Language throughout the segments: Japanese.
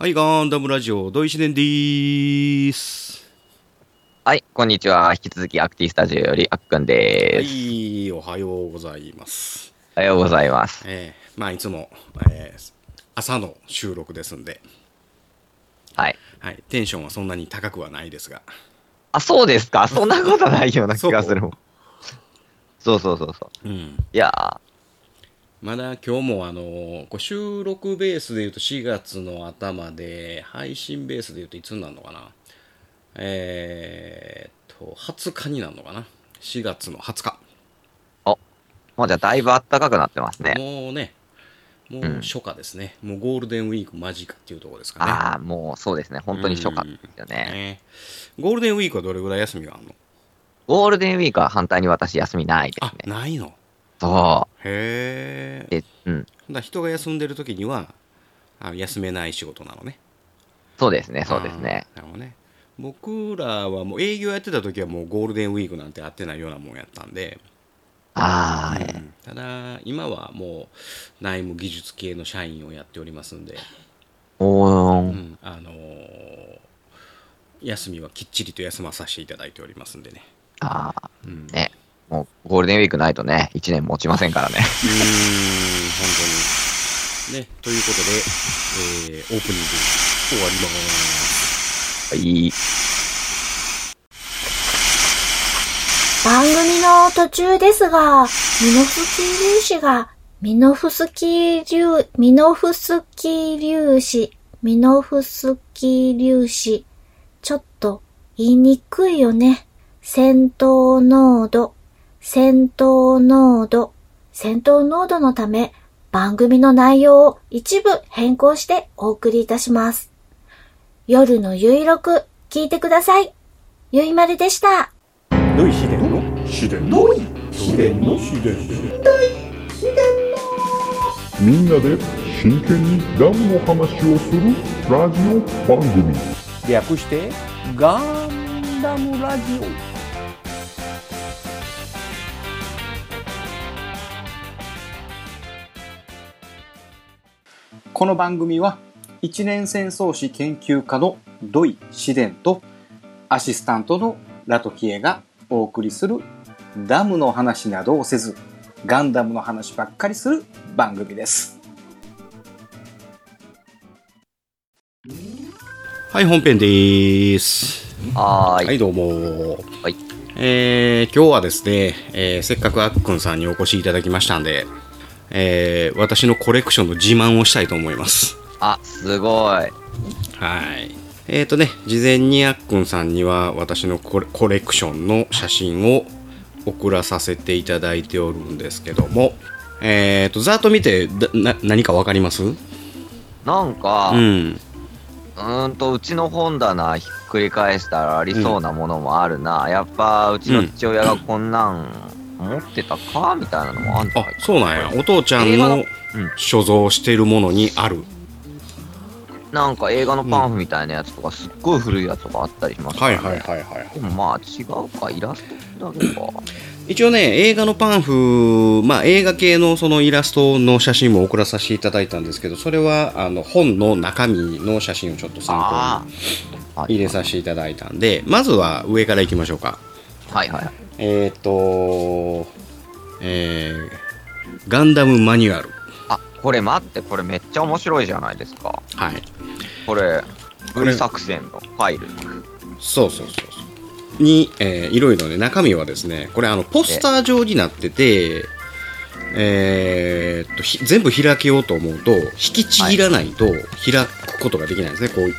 はい、ガンダムラジオ、土井紫伝でーす。 はい、こんにちは。引き続きアクティスタジオよりあっくんではす。 い、おはようございます。 おはようございます。 いつも、朝の収録ですんで、 はい。 はい、テンションはそんなに高くはないですが。 あ、そうですか。そんなことないような気がするもん。そう。 うん。 いやー、 まだ今日もこう収録ベースで言うと4月の頭で、配信ベースで言うといつになるのかな。20日になるのかな。4月の20日。 もうじゃあだいぶ暖かくなってますね。 もうね、もううん。 初夏ですね。もうゴールデンウィーク間近っていうところですかね。 ああ、もうそうですね。本当に初夏ですよね。 ね。ゴールデンウィークはどれぐらい休みがあるの？ ゴールデンウィークは反対に私休みないですあ、 ね。 ないの？ そへえ。 う。で、うん。 だ人が休んでる時には休めない仕事なのね。 そうですね、そうですあね。 あ、なるほどね。僕らはもう営業やってた時はもうゴールデンウィークなんてあってないようなもんやったんで、 ああ、 ただ今はもう内務技術系の社員をやっておりますんで、 おー、 休みはきっちりと休まさせていただいておりますんでね。 ああ、ね。もうゴールデンウィークないとね、1年持ちませんからね。 本当に。ね、ということで、オープニング終わります。 はい。 番組の途中ですが、ミノフスキー粒子が、ミノフスキー粒子、ちょっと言いにくいよね。戦闘濃度のため、番組の内容を一部変更してお送りいたします。夜のゆいろく聞いてください。ゆいまるでした。 土井秘伝のみんなで真剣にダムの話をするラジオ番組。 略してガンダムラジオ。この番組は一年戦争史研究家の土井紫伝とアシスタントのラトキエがお送りするダムの話などをせずガンダムの話ばっかりする番組です。はい、本編でーす。 はーい。 はい、どうも。 はい。 今日はですね、せっかくあっくんさんにお越しいただきましたんで、私のコレクションの自慢をしたいと思います。 あ、すごい。 はい。事前にあっくんさんには私のコレクションの写真を送らさせていただいておるんですけども、ざーっと見て何かわかります？ なんか、うちの本棚ひっくり返したらありそうなものもあるな。やっぱ、うちの父親がこんなん持ってたかみたいなのもあんじゃないかな。 そうなんや。お父ちゃんの所蔵しているものにある。 なんか映画のパンフみたいなやつとか、すっごい古いやつとかあったりしますからね。でもまあ違うか、イラストだけか。 一応ね、映画のパンフ、映画系のそのイラストの写真も送らさせていただいたんですけど、それは本の中身の写真をちょっと参考に入れさせていただいたんで、まずは上からいきましょうか。 はいはい。 ガンダムマニュアル。 あ、これ待って、これめっちゃ面白いじゃないですか。 はい。 これ、ブル作戦のファイル。 そうに、いろいろね、中身はですね、これポスター状になってて、全部開けようと思うと引きちぎらないと開くことができないんですね。こう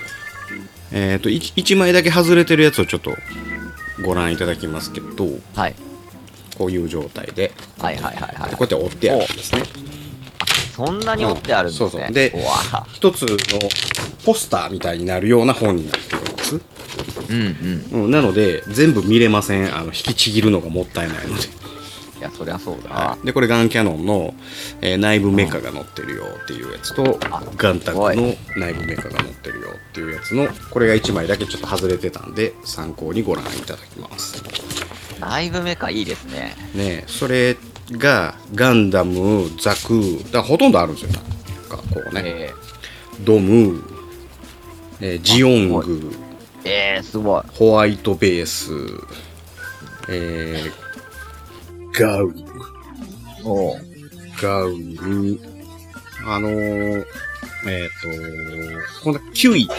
1枚だけ外れてるやつをちょっとご覧いただきますけど、 はい、 こういう状態で、 こうやって折ってあるんですね。 そんなに折ってあるんですね。 そうで、一つのポスターみたいになるような本になっています。なので全部見れません。引きちぎるのがもったいないので。 いや、そりゃそうだな。 はい、でこれガンキャノンの、内部メカが載ってるよっていうやつと、ガンタクの内部メカが載ってるよっていうやつの、これが1枚だけちょっと外れてたんで参考にご覧いただきます。 内部メカいいですね。 ね、それがガンダム、ザクだからほとんどあるんですよ。なんかこうね、ドム、 ジオング、 すごい。 ホワイトベース、ガウル、このキュイ、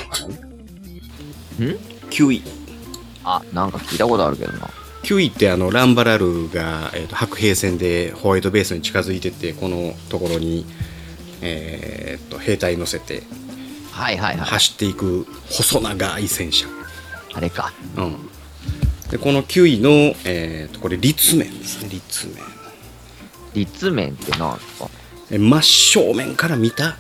キュイ。 なんか聞いたことあるけどな。 キュイってランバラルが、白兵戦でホワイトベースに近づいてって、このところに、兵隊乗せて、走っていく細長い戦車。 あれか。 でこのキュイの、これ立面ですね。 立面って何ですか？ 真正面から見た、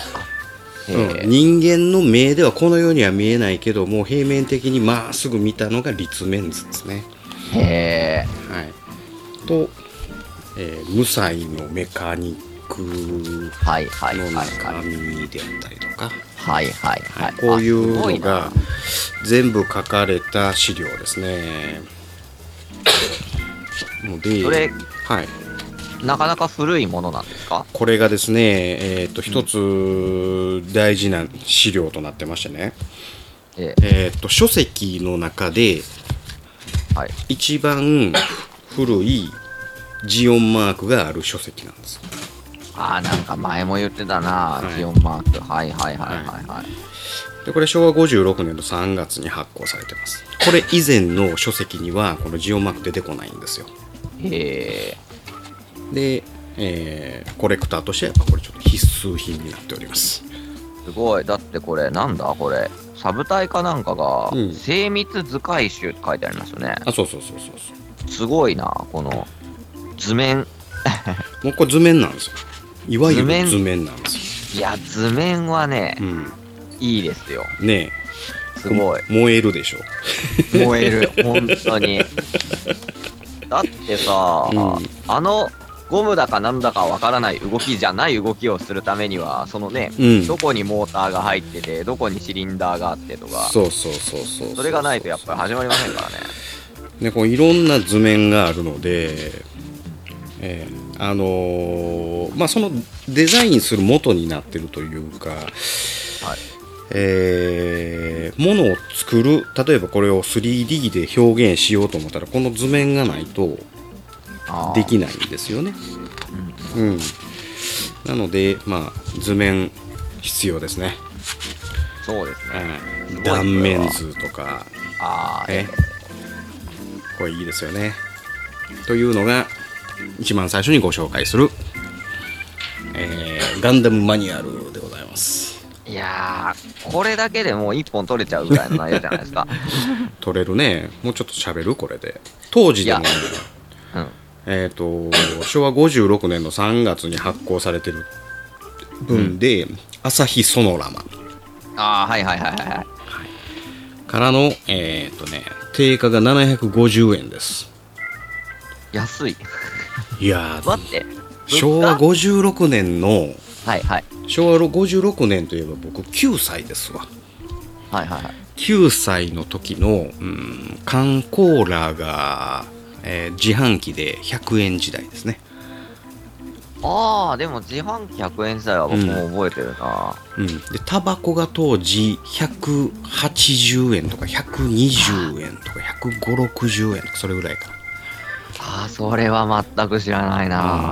人間の目ではこのようには見えないけども、平面的にまっすぐ見たのが立面図ですね。と、無彩のメカニックの中身であったりとか、こういうのが全部書かれた資料ですね。ので、 それ、なかなか古いものなんですか？ これがですね、一つ大事な資料となってましてね、書籍の中で、一番古いジオンマークがある書籍なんです。 なんか前も言ってたな、ジオンマーク。 でこれ昭和56年の3月に発行されてます。これ以前の書籍にはこのジオンマーク出てこないんですよ。で、コレクターとしてはこれちょっと必須品になっております。 すごい。だってこれなんだこれ、サブタイかなんかが、精密図解集って書いてありますよね。 そうすごいな、この図面。 もうこれ図面なんですよ。いわゆる図面なんですよ。 いや、図面はね、いいですよね。 すごい燃えるでしょ。 燃える本当に。だってさ、ゴムだかなんだかわからない動きじゃない動きをするためには、そのね、どこにモーターが入ってて、どこにシリンダーがあってとか、それがないとやっぱり始まりませんからね。 でこういろんな図面があるので、そのデザインする元になってるというか、ものを作る、例えばこれを 3D で表現しようと思ったらこの図面がないとできないんですよね。なので図面必要ですね。 そうですね。 断面図とか、これいいですよね。というのが一番最初にご紹介する、ガンダムマニュアルでございます。 いやー、これだけでもう1本取れちゃうぐらいの内容じゃないですか。 取れるね。もうちょっと喋るこれで。当時でもね、昭和56年の3月に発行されてる分で、朝日ソノラマからの定価が750円です。 安い。 いや待って、 昭和56年の昭和56年といえば僕9歳ですわ。9歳の時の缶コーラが、自販機で100円時代ですね。 でも自販機100円時代は僕も覚えてるな。 でタバコが当時180円とか120円とか150、60円とかそれぐらいか。 それは全く知らないな。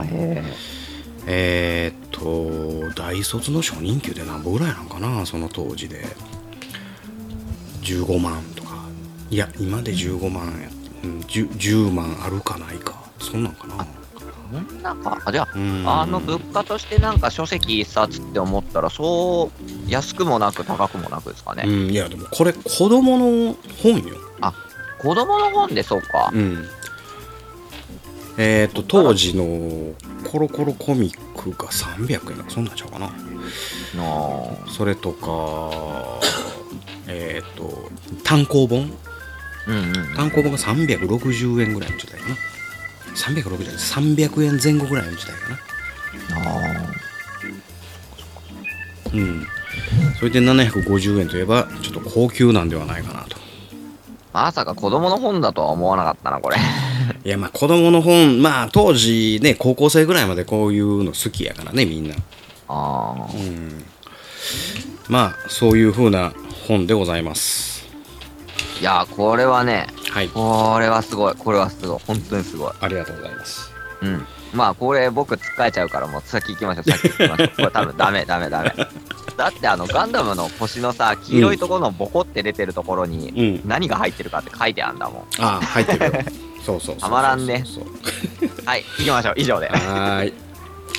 大卒の初任給で何ぼぐらいなんかな、その当時で。15万とか。いや今で15万や、10万あるかないか、そんなんかな。 そんなか。じゃあ物価としてなんか書籍一冊って思ったら、そう安くもなく高くもなくですかね。 いやでもこれ子供の本よ。 子供の本でそうか。 当時のコロコロコミックが300円とかそんなんちゃうかな。それとか単行本、単行本が360円ぐらいの時代かな。300円前後ぐらいの時代かな。それで750円といえばちょっと高級なんではないかなと。 まさか子供の本だとは思わなかったなこれ。 いや子供の本、当時ね高校生ぐらいまでこういうの好きやからねみんな。そういう風な本でございます。 いやこれはね、 はい、 これはすごい、これはすごい、本当にすごい。 ありがとうございます。 うん。まあこれ僕つっかえちゃうからもう先行きましょう、先行きましょう。これ多分ダメ。だってガンダムの星のさ、黄色いところのボコって出てるところに何が入ってるかって書いてあんだもん。 ああ、入ってるよ。そう。 たまらんね。はい、行きましょう。以上で。 はい、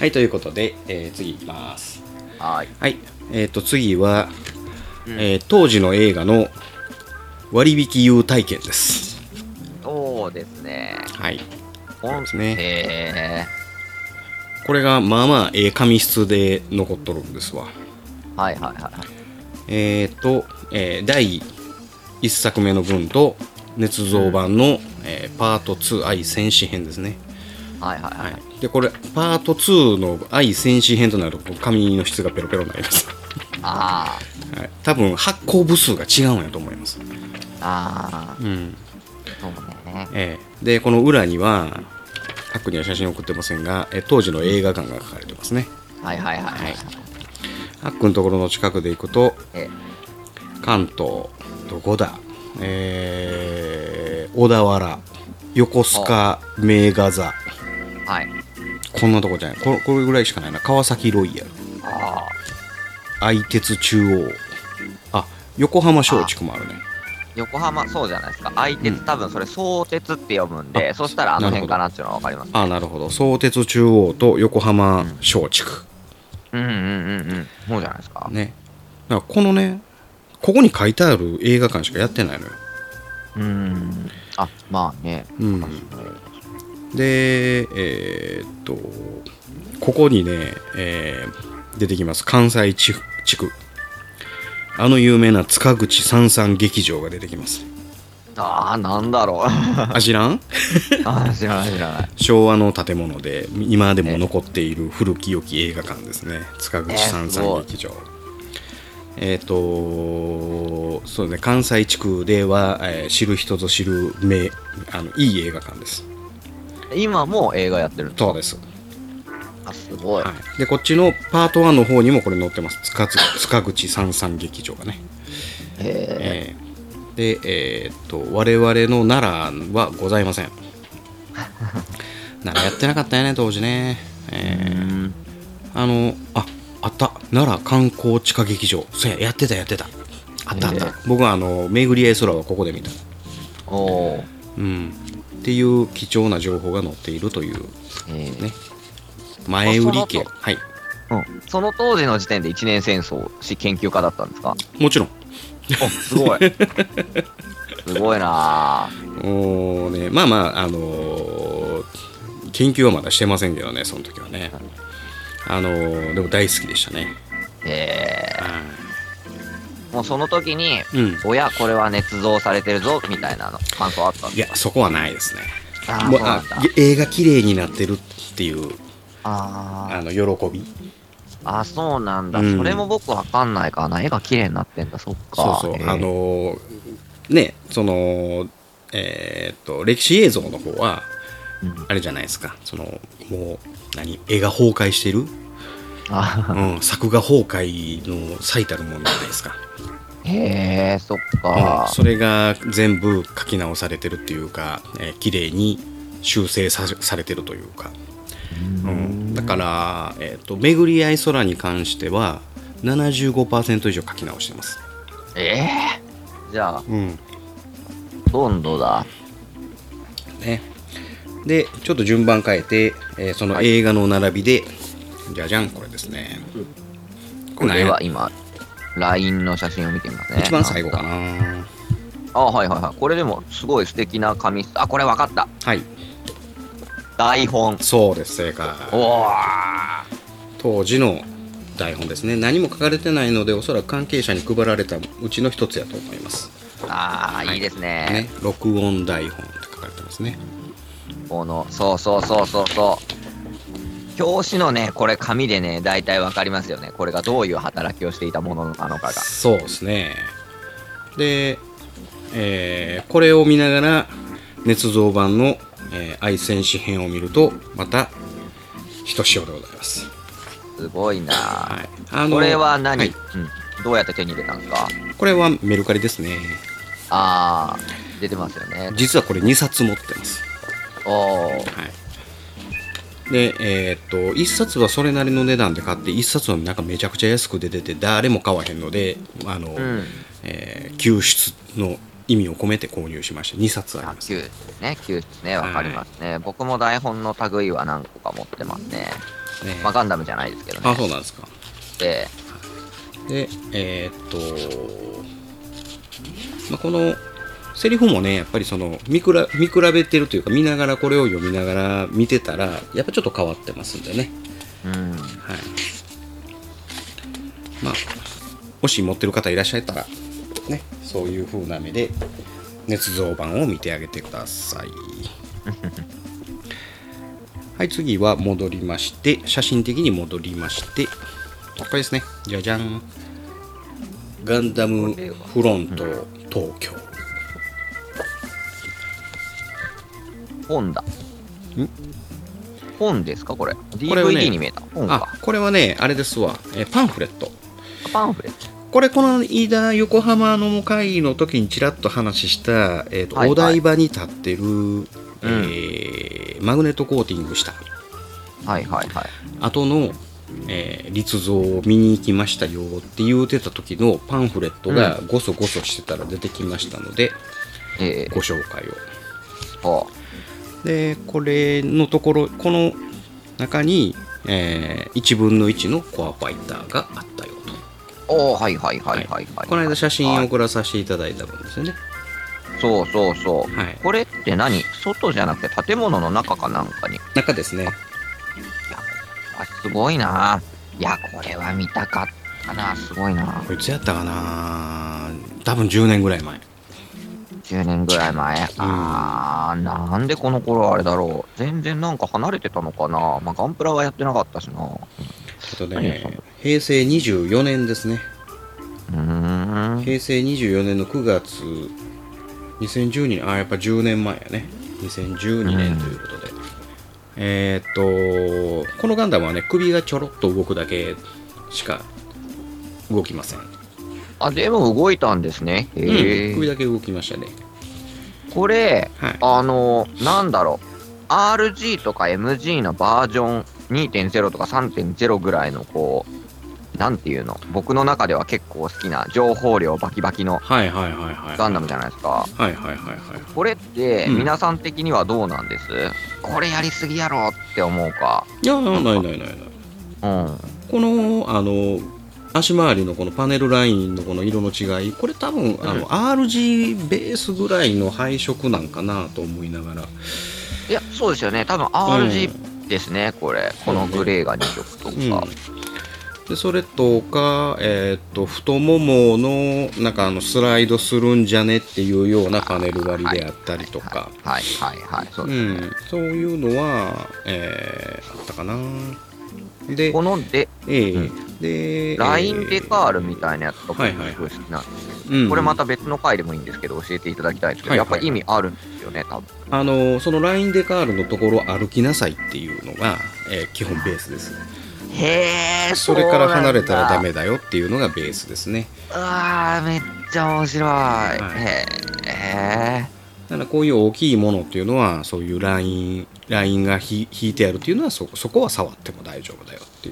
ということで、次いきます。 はい。 次は、当時の映画の割引優待券です。 そうですね。 はい。 そうですね。これがまあまあ紙質で残っとるんですわ。 はい。 第1作目の分と捏造版の、パート2愛戦士編ですね。 はい。 でこれパート2の愛戦士編となると紙の質がペロペロになります。 ああ、 はい、多分発行部数が違うんやと思います。 ああ、そうね。 でこの裏にはハックには写真送ってませんが、当時の映画館が書かれてますね。 はい。ハックのところの近くで行くと、関東どこだ、小田原、横須賀、名画座、 はい、 こんなとこじゃない、これぐらいしかないな。川崎ロイヤル、愛鉄中央、横浜松竹もあるね。 横浜、そうじゃないですか。愛鉄、多分それ相鉄って読むんで、そしたらあの辺かなっていうのは分かります、ね。 なるほど。相鉄中央と横浜松竹。 そうじゃないですか。 ね。だからこのね、ここに書いてある映画館しかやってないのよ。 まあね。 で、ここにね、出てきます。関西地区。有名な塚口三三劇場が出てきます。 なんだろう。 知らん？ 知らない。 昭和の建物で今でも残っている古き良き映画館ですね。塚口三三劇場。そうね、関西地区では、知る人ぞ知るいい映画館です。 今も映画やってるんですか？ そうです。 すごい。 でこっちのパート1の方にもこれ載ってます。塚口三三劇場がね。で我々の奈良はございません。奈良やってなかったよね当時ね。あった、奈良観光地下劇場。そうや、やってたあった。僕は巡り合い空はここで見た。っていう貴重な情報が載っているという、ね、前売り券。はい。 その当時の時点で一年戦争史研究家だったんですか？ もちろん。 すごい。すごいな。 ね、まあ研究はまだしてませんけどね、その時はね。でも大好きでしたね。 もうその時に、これは捏造されてるぞみたいなの感想あったんですか？いや、そこはないですね。映画綺麗になってるっていう喜び。 そうなんだ。それも僕わかんないかな。絵が綺麗になってんだ。そっか。 ね、歴史映像の方はあれじゃないですか。もう絵が崩壊してる。作画崩壊の最たるものじゃないですか。 そっか。 それが全部書き直されてるっていうか、綺麗に修正されてるというか。だから、巡り合い空に関しては 75% 以上書き直してます。 じゃあ、ほとんどだね。でちょっと順番変えて、その映画の並びで、じゃじゃん、これですね。 これは今 LINE の写真を見てみますね。 一番最後かな。 はい。これでもすごい素敵な紙質。これ分かった。 はい。 台本。 そうです、正解。当時の台本ですね。何も書かれてないので、おそらく関係者に配られたうちの一つやと思います。 いいですね。 録音台本って書かれてますね。 そう。表紙のね、これ紙でね、大体わかりますよね。これがどういう働きをしていたものなのかが。 そうですね。で、これを見ながら捏造版の愛戦士編を見るとまたひとしおでございます。 すごいな。これは何、 どうやって手に入れたんですか？ これはメルカリですね。 あー、出てますよね。 実はこれ2冊持ってます。 おー。 はい。で、1冊はそれなりの値段で買って、1冊はなんかめちゃくちゃ安く出てて、誰も買わへんので、救出の意味を込めて購入しました。2冊あります。 救出ね、わかりますね、はい。僕も台本の類は何個か持ってますね。まあ、ガンダムじゃないですけどね。 あ、そうなんですか。 で、 まあ、このセリフもね、やっぱりその見比べてるというか、見ながらこれを読みながら見てたら、やっぱちょっと変わってますんでね。はい。まあ、もし持ってる方いらっしゃったら、ね、そういう風な目で捏造版を見てあげてください。はい、次は戻りまして、写真的に戻りまして、これですね。じゃじゃん。ガンダムフロント東京。 本だ。本ですかこれ。 これはね、 DVD に見えた。本か。 これはね、あれですわ。パンフレット。 パンフレット。 これこの間横浜の会の時にちらっと話した、お台場に立ってる、マグネットコーティングした後の、立像を見に行きましたよって言うてた時のパンフレットがゴソゴソしてたら出てきましたので、ご紹介を。でこれのところ、この中に、1分の1のコアファイターがあったよと。この間写真を送らさせていただいた分ですよね。 そう、これって何？外じゃなくて建物の中かなんかに？ 中ですね。 すごいな。いや、これは見たかったな。すごいな。 こいつやったかな。多分10年ぐらい前。 10年ぐらい前。なんでこの頃あれだろう。全然なんか離れてたのかな。まあ、ガンプラはやってなかったしな。 平成24年ですね。平成24年の9月、2012年、やっぱ10年前やね。2012年ということで。このガンダムはね、首がちょろっと動くだけしか動きません。 でも動いたんですね。 首だけ動きましたね。 これ、なんだろう、RG とか MG のバージョン 2.0 とか 3.0 ぐらいのこう、なんていうの、僕の中では結構好きな情報量バキバキのガンダムじゃないですか。これって皆さん的にはどうなんです？これやりすぎやろって思うか？ いや、ない。この足回りのこのパネルラインのこの色の違い、これ多分RG ベースぐらいの配色なんかなと思いながら。 いや、そうですよね。多分 RG ですね、これ。このグレーが2色とか。 でそれとか、太もものなんかスライドするんじゃねっていうようなパネル割りであったりとか、そういうのは、あったかな。でこので、ラインデカールみたいなやつとかもすごい好きなんですけど、これまた別の回でもいいんですけど教えていただきたいですけど、やっぱり意味あるんですよね、多分。 そのラインデカールのところを歩きなさいっていうのが、基本ベースです。 へー、 それから離れたらダメだよっていうのがベースですね。 めっちゃ面白い。 だからこういう大きいものっていうのはそういうラインが引いてあるっていうのはそこは触っても大丈夫だよっていう。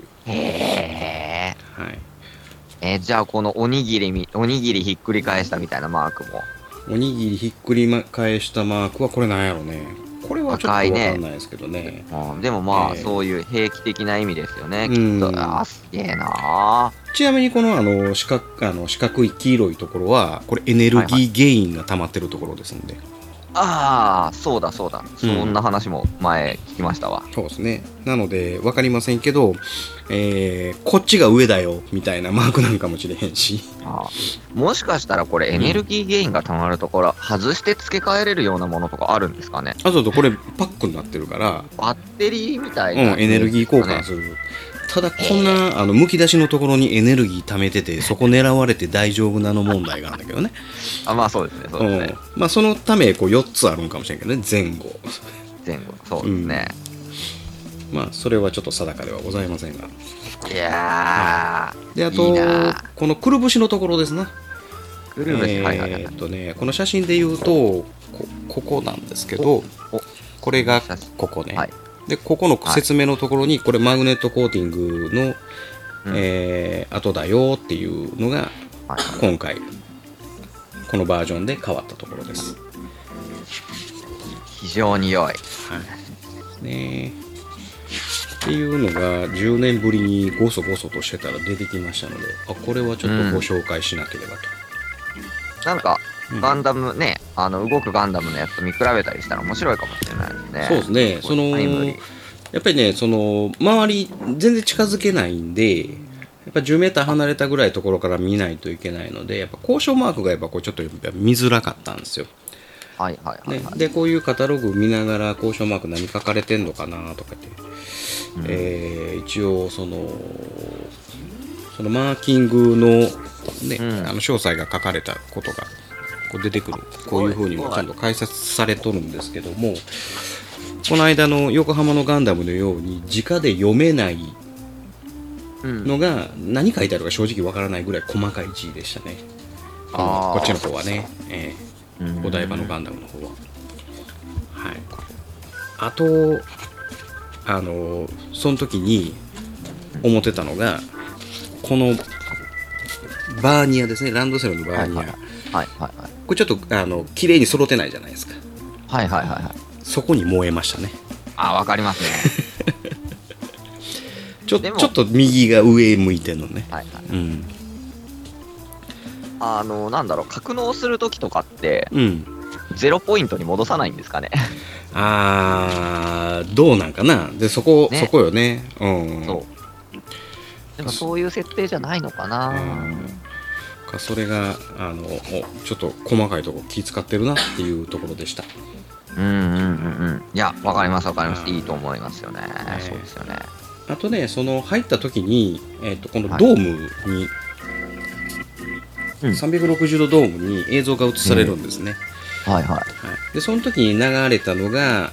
じゃあこのおにぎりひっくり返したみたいなマークも。 おにぎりひっくり返したマークはこれなんやろね。これはちょっとわかんないですけどね。 でもまあ、そういう兵器的な意味ですよね、きっと。すげえな。 ちなみにこの四角い黄色いところはこれエネルギーゲインが溜まってるところですんで。 そうだ。そんな話も前聞きましたわ。 そうですね。なので分かりませんけど、こっちが上だよみたいなマークなんかもしれへんし。 もしかしたらこれエネルギーゲインがたまるところ、外して付け替えれるようなものとかあるんですかね？ そうこれパックになってるからバッテリーみたいな、 エネルギー交換する。ただこんなむき出しのところにエネルギー溜めててそこ狙われて大丈夫なの問題があるんだけどね。 そうですね。 そのためこう4つあるんかもしれんけどね、前後そうですね。それはちょっと定かではございませんが、 いやで、あといいなこのくるぶしのところですな。 くるぶし、はいはいはい。 この写真で言うとここなんですけど、これがここね、 はい、 でここの説明のところにこれマグネットコーティングの、後だよっていうのが今回このバージョンで変わったところです。 非常に良い、 ね、っていうのが10年ぶりにゴソゴソとしてたら出てきましたので、これはちょっとご紹介しなければと。 なんかガンダムね、動くガンダムのやつと見比べたりしたら面白いかもしれないですね。 そうですね。やっぱりね、周り全然近づけないんで、やっぱ10メーター離れたぐらいのところから見ないといけないので、やっぱ交渉マークがやっぱこうちょっと見づらかったんですよ。 はいはいはい、はい。 でこういうカタログ見ながら交渉マーク何書かれてんのかなとかって、一応そのマーキングのね、詳細が書かれたことがこう出てくる。こういう風にもちゃんと解説されとるんですけども、この間の横浜のガンダムのように直で読めないのが何書いてあるか正直わからないぐらい細かい字でしたね。こっちの方はね、お台場のガンダムの方は。はい。あとその時に思ってたのが、このバーニアですね、ランドセルのバーニア、はいはいはい、 これちょっと綺麗に揃ってないじゃないですか。 はいはいはいはい。 そこに燃えましたね。 わかりますね。 ちょっと右が上向いてるのね。 はいはい、なんだろう、格納するときとかって、0ポイントに戻さないんですかね。 どうなんかな。でそこよね。 そう。でもそういう設定じゃないのかな。 それがちょっと細かいところ気使ってるなっていうところでした。 いや、わかりますわかります。いいと思いますよね。そうですよね。 あとね、入った時に、このドームに、360度ドームに映像が映されるんですね。でその時に流れたのが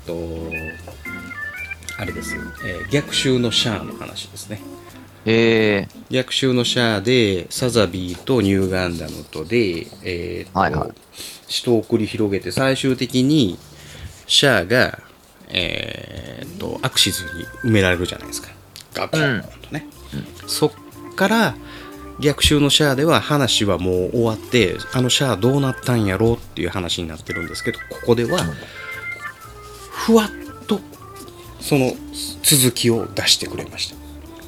あれです、逆襲のシャアの話ですね。逆襲のシャアでサザビーとニューガンダムとで、死闘を繰り広げて、最終的にシャアが、アクシズに埋められるじゃないですか。ガコーンとね、そっから逆襲のシャアでは話はもう終わって、シャアどうなったんやろうっていう話になってるんですけど、ここではふわっとその続きを出してくれました。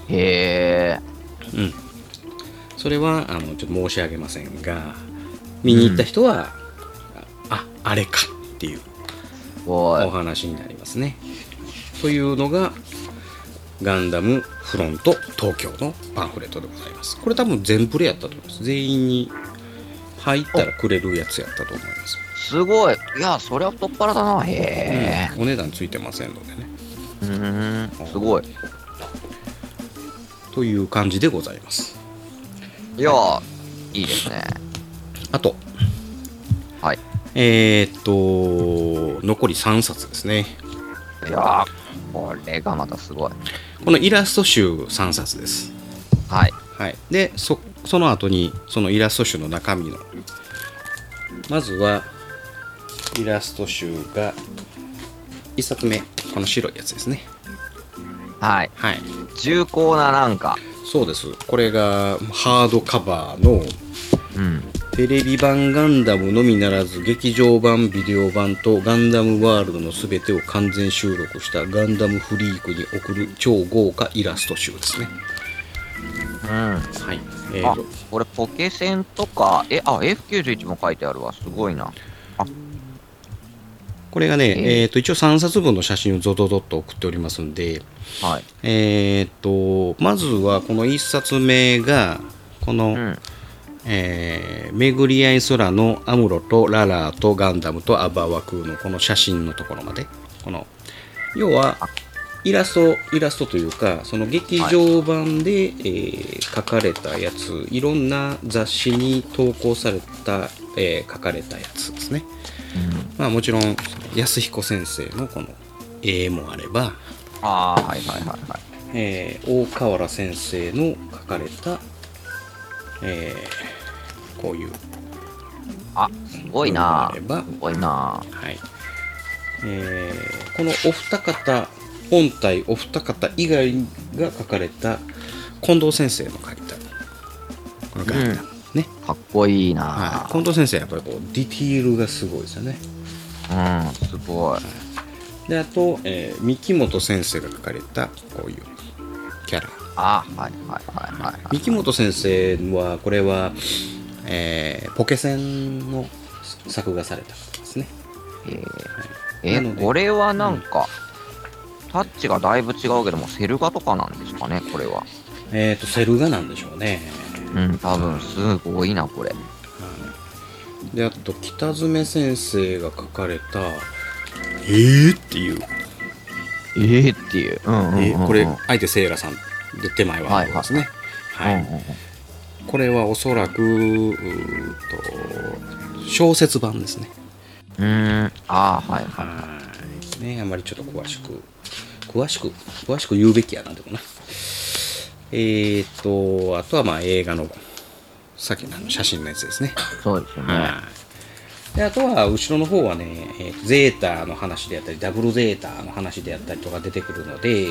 それはちょっと申し上げませんが、見に行った人は、あれかっていうお話になりますね。というのがガンダムフロント東京のパンフレットでございます。これ多分全プレやったと思います。全員に入ったらくれるやつやったと思います。 すごい。いや、それは太っ腹だな。お値段ついてませんのでね。 すごい。 という感じでございます。 いや、いいですね。 あと、残り3冊ですね。 いや、これがまたすごい。 このイラスト集3冊です。で、その後にそのイラスト集の中身の、まずはイラスト集が1冊目、この白いやつですね。 重厚な、なんかそうです。これがハードカバーの、テレビ版ガンダムのみならず劇場版、ビデオ版とガンダムワールドのすべてを完全収録したガンダムフリークに送る超豪華イラスト集ですね。 これポケセンとかF91 も書いてあるわ。すごいな。 これがね、一応3冊分の写真をゾドドッと送っておりますんで、まずはこの1冊目がこの、巡り合い空のアムロとララーとガンダムとアバワクーのこの写真のところまで、この要はイラストというか、その劇場版で、書かれたやつ、いろんな雑誌に投稿された、書かれたやつですね。もちろん安彦先生のこの絵もあれば、 大河原先生の書かれた、こういうあ、すごいな。すごいな。 はい。このお二方、本体お二方以外が書かれた近藤先生の書いたこのガンダム、ね。 かっこいいな、 はい。近藤先生やっぱりこうディティールがすごいですよね。 すごい。 で、あと、三木本先生が書かれたこういうキャラ。三木本先生はこれは、ポケセンの作画された方ですね。 これはなんか、タッチがだいぶ違うけども、セル画とかなんですかね、これは。 セル画なんでしょうね。 多分すごいな、これ。 で、あと、北爪先生が書かれた、っていう。 っていう。 これ、相手セイラさんで手前はですね。これはおそらく、小説版ですね。 ね、あんまりちょっと詳しく言うべきやな、でもな。あとはまあ映画の、さっきの写真のやつですね。 そうですよね。 で、あとは後ろの方はね、ゼータの話であったり、ダブルゼータの話であったりとか出てくるので、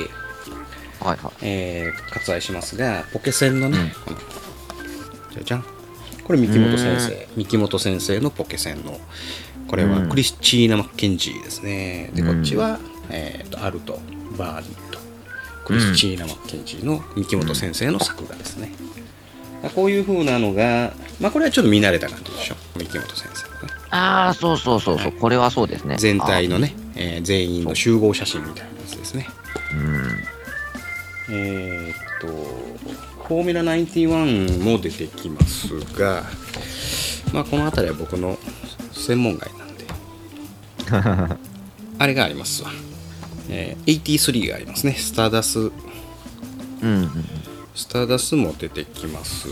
割愛しますが、ポケセンのね、じゃじゃん。これ三木本先生のポケセンの、これはクリスチーナ・マッケンジーですね。で、こっちは、アルト・バーニーとクリスチーナ・マッケンジーの三木本先生の作画ですね。こういう風なのが、まあこれはちょっと見慣れた感じでしょ、三木本先生のね。 そう、これはそうですね。 全体のね、全員の集合写真みたいなやつですね。フォーミュラ91も出てきますが、まあこの辺りは僕の専門外なんであれがありますわ、83がありますね。スターダス、スターダスも出てきます。はい、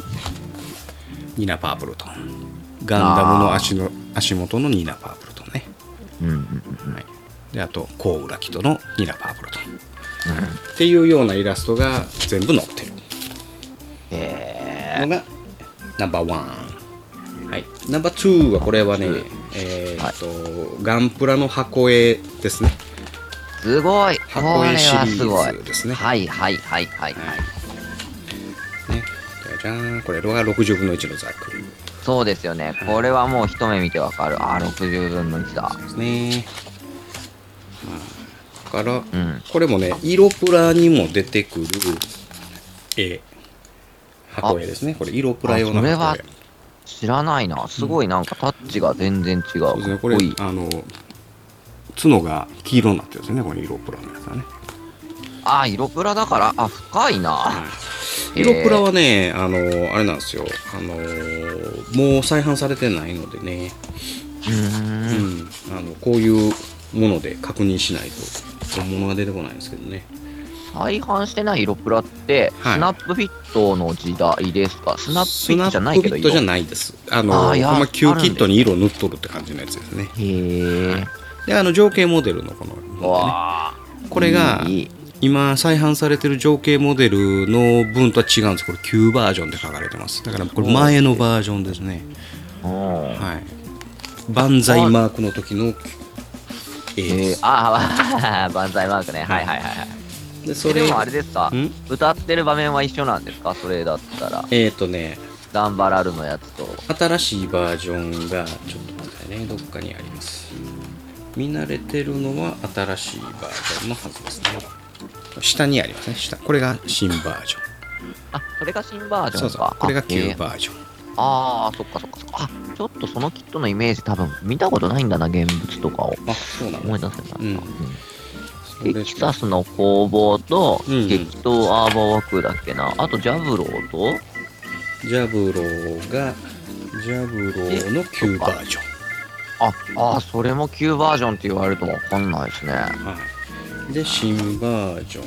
ニナ・パープルトン、ガンダムの足元のニナ・パープルトンね。はい、で、あとコウ・ウラキトのニナ・パープルトン、っていうようなイラストが全部載ってるのがナンバーワン。はい、ナンバー2はこれはね、ガンプラの箱絵ですね。 すごい。 箱絵シリーズですね。 はい。 ね、じゃーん、これが60分の1のザクル。 そうですよね。これはもう一目見てわかる。60分の1だ。 そうですね。だから、これもね、色プラにも出てくる箱絵ですね。これ色プラ用の箱絵。 知らないな。すごいなんかタッチが全然違う。 そうですね。これ角が黄色になってるんですね。これ色プラのやつはね。 色プラだから、深いな。 色プラはね、あれなんですよ。もう再販されてないのでね。こういうもので確認しないと本物が出てこないんですけどね。 再販してない色プラって、スナップフィットの時代ですか？スナップフィットじゃないけど、 スナップフィットじゃないです。ほんま旧キットに色塗っとるって感じのやつですね。で、情景モデルのこの、ね、これが今再販されてる情景モデルの分とは違うんです。これ旧バージョンで書かれてます。だからこれ前のバージョンですね。はい。万歳マークの時の万歳マークね。はい。でそれでもあれですか、歌ってる場面は一緒なんですか？それだったらダンバラルのやつと新しいバージョンがちょっと待ってね、どっかにあります。見慣れてるのは新しいバージョンのはずですね。下にありますね。これが新バージョン。 それが新バージョンか。 そうこれが旧バージョン。 そっか。ちょっとそのキットのイメージ多分見たことないんだな、現物とかを。 そうなんだ。 思い出せない。テキサスの工房と激闘アーバーワークだっけな。あとジャブローとジャブローの旧バージョン。 それも旧バージョンって言われると分かんないですね。 で、新バージョ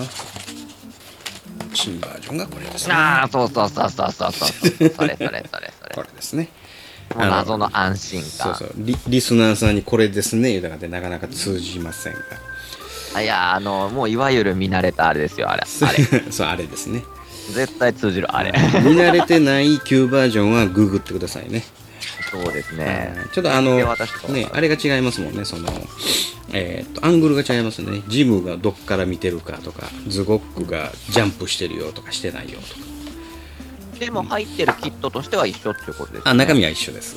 ンがこれですね。 そう。それ。 これですね。 もう謎の安心感。 リスナーさんにこれですね、だからなかなか通じませんが。 いや、もういわゆる見慣れたあれですよ、あれ。 そうあれですね。 絶対通じる、あれ。 見慣れてない旧バージョンはググってくださいね。 そうですね。 ちょっとね、あれが違いますもんね。アングルが違いますね。ジムがどっから見てるかとか、ズゴックがジャンプしてるよとかしてないよとか。 でも入ってるキットとしては一緒っていうことですね。 中身は一緒です。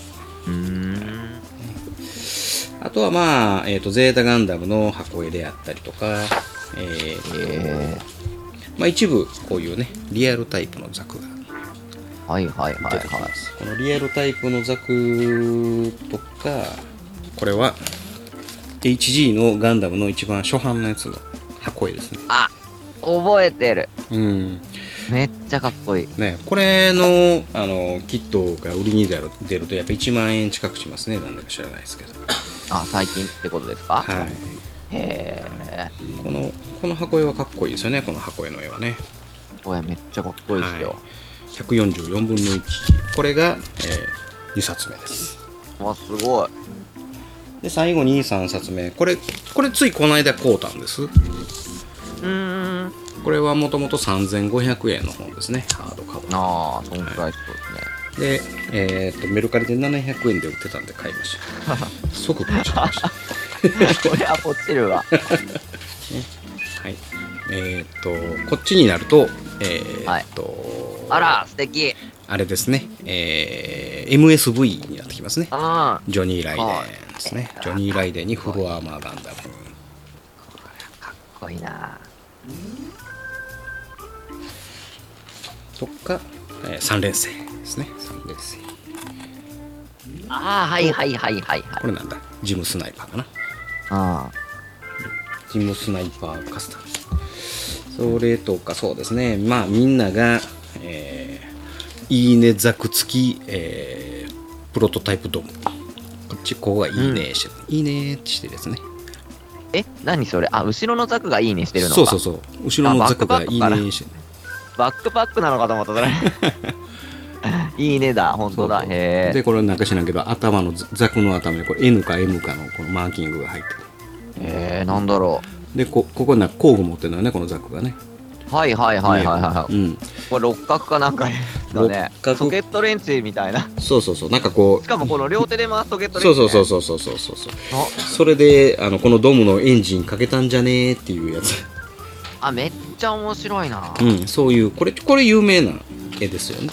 あとはゼータガンダムの箱絵であったりとか、一部こういうね、リアルタイプのザクがはいはいはいはい。 このリアルタイプのザクとか、これは HG のガンダムの一番初版のやつの箱絵ですね。 あ、覚えてる。 うん。 めっちゃかっこいい。 ね、これのキットが売りに出るとやっぱ1万円近くしますね。なんだか知らないですけど。 あ、最近ってことですか？ はい。 へえ。 この箱絵はかっこいいですよね。この箱絵の絵はね。 これめっちゃかっこいいですよ。 144分の1。これが、2冊目です。 わ、すごい。 で、最後に3冊目。これついこの間買うたんです。これはもともと3500円の本ですね。ハードカバー。 ああ、そんくらいそうですね。で、メルカリで700円で売ってたんで買いました。即買っちゃいました。 これはポチるわ。 はい。こっちになると、 あら、素敵。 あれですね。MSV になってきますね。ジョニー・ライデンですね。ジョニー・ライデンにフルアーマーガンダム。 かっこいいな。 とか、3連星ですね。3連星。 ああ、はいはいはいはい。 これなんだ、ジムスナイパーかな。ジムスナイパーカスタム。それとか、そうですね。みんなが、いいねザク付き、プロトタイプドーム。こっちこうがいいねしてる。いいねってしてるやつね。 何それ？あ、後ろのザクがいいねしてるのか。 そう。後ろのザクがいいねしてる。 バックパックなのかと思ったそれ。いいねだ、本当だ。へえ。 で、これなんか知らんけど、ザクの頭にこれ N か M かのこのマーキングが入ってる。 へえ、なんだろう。で、ここになんか工具持ってるのよね、このザクがね。 はいはいはいはい。うん。これ六角かなんかだね。ソケットレンチみたいな。 そう。なんかこう。 しかもこの両手で回すソケットレンチ、ね。 そう。それで、このドムのエンジンかけたんじゃねーっていうやつ。 あ、めっちゃ面白いな。 うん、そういう、これ有名な絵ですよね。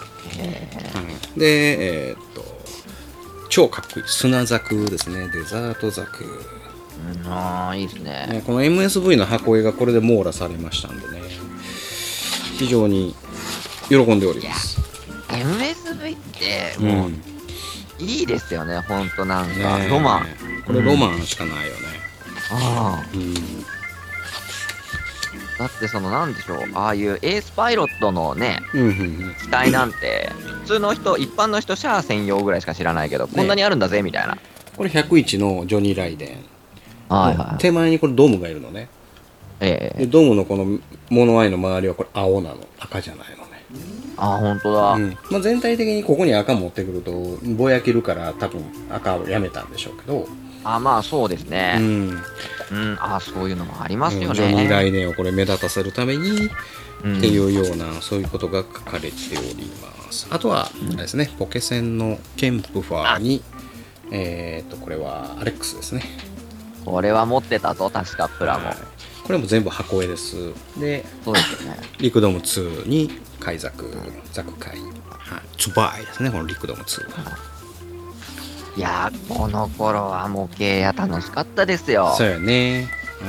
で、超かっこいい。砂ザクですね。デザートザク。 いいですね。 この MSV の箱絵がこれで網羅されましたんでね。非常に喜んでおります。 MSV ってもう、いいですよね、ほんとなんか。ロマン。 これロマンしかないよね。 だってなんでしょう、ああいうエースパイロットのね、機体なんて、普通の人、一般の人、シャア専用ぐらいしか知らないけど、こんなにあるんだぜ、みたいな。 これ101のジョニー・ライデン。手前にこれドームがいるのね。でドームのこの物合いの周りはこれ青なの。赤じゃないのね。 あ、ほんとだ。 全体的にここに赤持ってくると、ぼやけるから多分赤をやめたんでしょうけど。 そうですね。そういうのもありますよね。 ジョニー・ライデンをこれ目立たせるために、っていうような、そういうことが書かれております。あとは、あれですね、ポケセンのケンプファーに、これはアレックスですね。 これは持ってたぞ、確かプラも。 これも全部箱絵です。で、 そうですね。 リクドム2に海ザク海、ツバイですね、このリクドム2は。 いやー、この頃は模型や楽しかったですよ。 そうよね。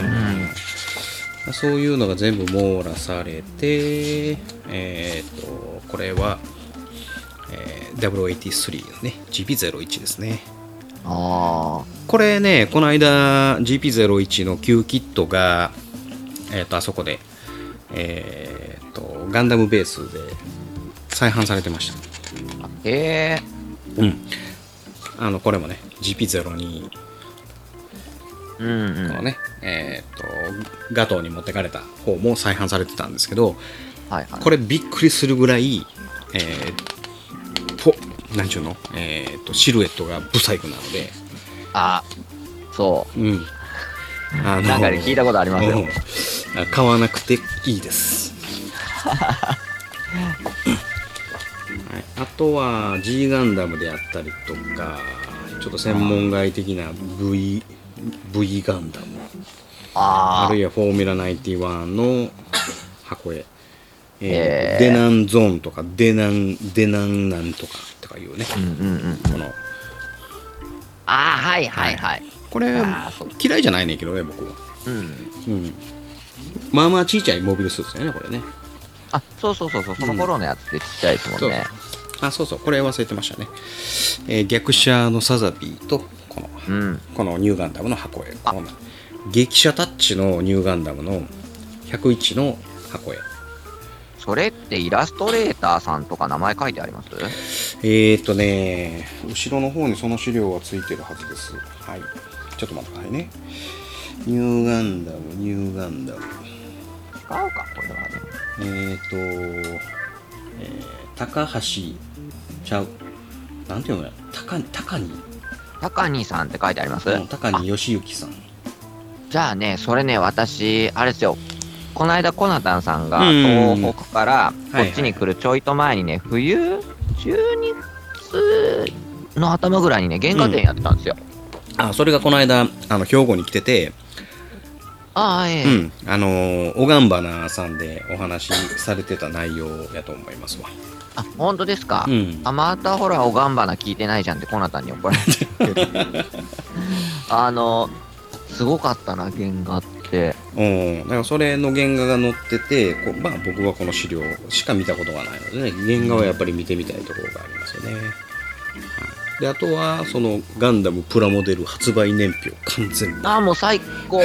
そういうのが全部網羅されて、これは、W83 のね、GP01 ですね。これね、この間 GP01 の旧キットが、あそこで、ガンダムベースで再販されてました。これもね、GP02、このね、ガトーに持ってかれた方も再販されてたんですけど、これびっくりするぐらい、なんちゅうの、シルエットがブサイクなので、 なんかで聞いたことありますよ。 買わなくていいです。はい、あとは G ガンダムであったりとか、ちょっと専門外的な V ガンダム、あるいはフォーミュラ91の箱絵、デナンゾーンとかデナンなんとかとかいうね、このはいはいはい。 これ嫌いじゃないねんけどね、僕は。まあまあちいちゃいモビルスーツだよね、これね。 そうその頃のやつってちっちゃいですもんね。 そうこれ忘れてましたね。逆者のサザビーとこのニューガンダムの箱絵、激写タッチのニューガンダムの101の箱絵。 それってイラストレーターさんとか名前書いてあります？ 後ろの方にその資料はついてるはずです。はい、ちょっと待ってくださいね。ニューガンダム使うか、これはね。 高橋ちゃう、なんていうのや、 高にさんって書いてあります？ 高に義行さん。 じゃあね、それね、私あれですよ、この間コナタンさんが東北からこっちに来るちょいと前にね、冬12月の頭ぐらいにね、原画展やってたんですよ。 それがこの間兵庫に来てて、おがんばなさんでお話しされてた内容やと思いますわ。 本当ですか？またほらおがんばな聞いてないじゃんってコナタンに怒られてる。すごかったな、原画って。 だからそれの原画が載ってて、僕はこの資料しか見たことがないのでね、原画はやっぱり見てみたいところがありますよね。で、あとはそのガンダムプラモデル発売年表完全に。 もう最高。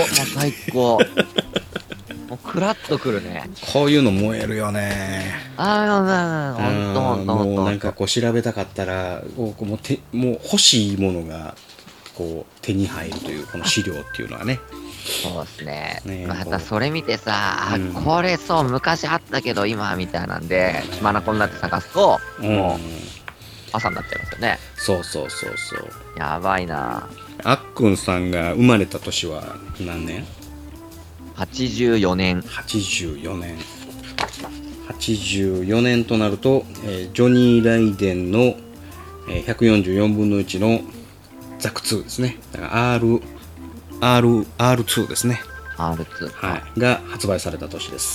もうクラッとくるね。 こういうの燃えるよね。 ほんと。 もうなんかこう調べたかったらもう欲しいものがこう手に入るというこの資料っていうのはね。 そうですね。またそれ見てさ、これそう昔あったけど今みたいなんで血眼になって探すともう朝になっちゃいますよね。 そうやばいな。 あっくんさんが生まれた年は何年 ？84年。 84年となると、ジョニー・ライデンの、144分の1のザク2ですね。だから R2 ですね。 R2、 はい、が発売された年です。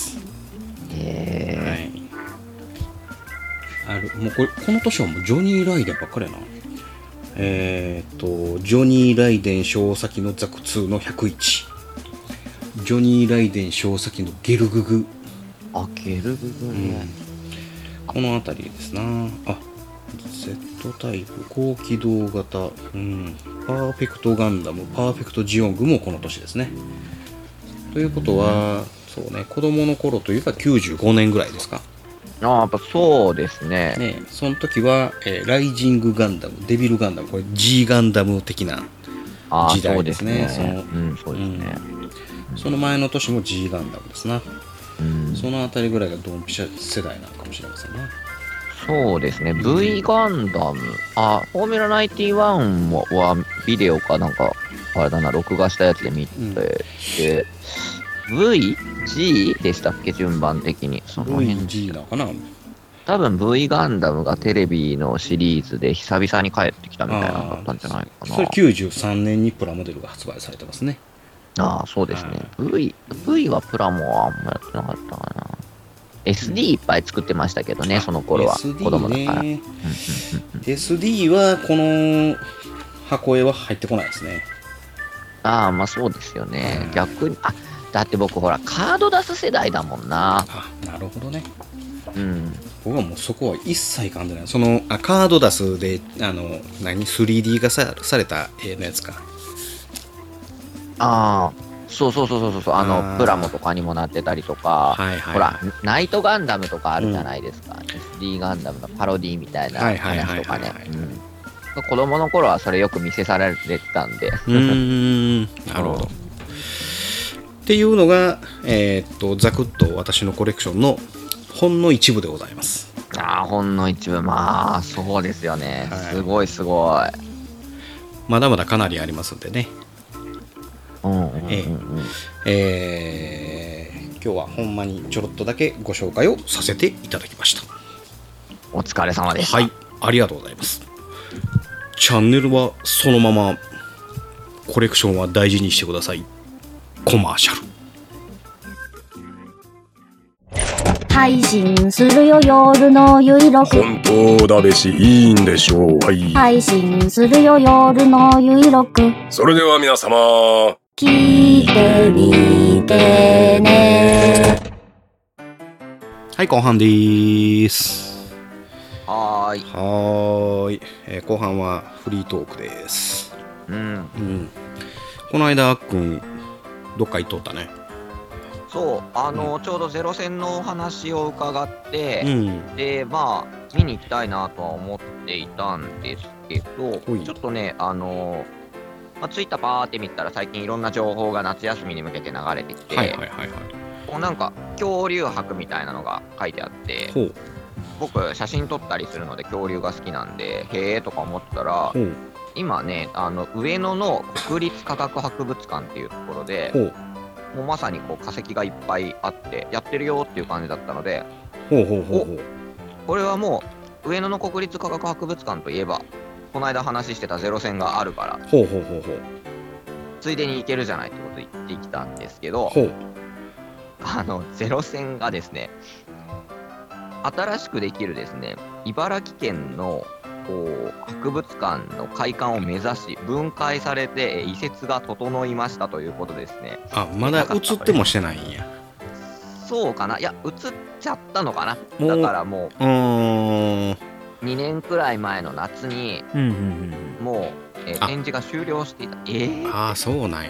もうこの年はもうジョニー・ライデンばっかりやな。ジョニー・ライデン小先のザク2の101、ジョニー・ライデン小先のゲルググ。 ゲルググね。 この辺りですな。Z タイプ高機動型、パーフェクトガンダム、パーフェクトジオングもこの年ですね。ということは、そうね、子供の頃といえば95年ぐらいですか。 やっぱそうですね。 その時は、ライジングガンダム、デビルガンダム、これ G ガンダム的な時代ですね。 そうですね。 その前の年も G ガンダムですな。そのあたりぐらいがドンピシャ世代なのかもしれませんね。 そうですね。V ガンダム、フォーミュラ91はビデオかなんかあれだな、録画したやつで見てて、VG でしたっけ、順番的に。その辺 VG なのかな。 多分 V ガンダムがテレビのシリーズで久々に帰ってきたみたいなのだったんじゃないかな。 それ93年にプラモデルが発売されてますね。 そうですね。V はプラモはあんまやってなかったかな。SD いっぱい作ってましたけどね、その頃は。子供だから。 SD はこの箱絵は入ってこないですね。 そうですよね。逆に、だって僕ほら、カード出す世代だもんな。 なるほどね。僕はもうそこは一切感じない。そのカードダスで3D 化された絵のやつか。 そうプラモとかにもなってたりとか、ほらナイトガンダムとかあるじゃないですか。SD ガンダムのパロディみたいな話とかね。子供の頃はそれよく見せされてたんで。 なるほど。っていうのがざくっと私のコレクションのほんの一部でございます。 ほんの一部、そうですよね。すごい。 まだまだかなりありますんでね。 今日はほんまにちょろっとだけご紹介をさせていただきました。 お疲れ様でした。 はい、ありがとうございます。チャンネルはそのまま、コレクションは大事にしてください。コマーシャル。 配信するよ夜のゆいろく。 本当だべしいいんでしょう。はい。 配信するよ夜のゆいろく。 それでは皆様、 聞いてみてね。 はい、後半でーす。 はーい。後半はフリートークです。 うん。 この間、あっくん、どっか行っとったね。 そう、ちょうどゼロ戦のお話を伺って、で、まあ、見に行きたいなとは思っていたんですけど、ちょっとね、ツイッターパーって見たら最近いろんな情報が夏休みに向けて流れてきて、こうなんか恐竜博みたいなのが書いてあって、僕写真撮ったりするので恐竜が好きなんで、へーとか思ってたら、今ね、上野の国立科学博物館っていうところで、もうまさにこう化石がいっぱいあってやってるよっていう感じだったので、これはもう上野の国立科学博物館といえばこの間話してたゼロ戦があるから、ついでに行けるじゃないってことで行ってきたんですけど、ゼロ戦がですね、新しくできるですね、茨城県の博物館の開館を目指し分解されて移設が整いましたということですね。 あ、まだ映ってもしてないんや。 そうかな、いや映っちゃったのかな。だからもう2年くらい前の夏にもう展示が終了していた。 ああ、そうなんや。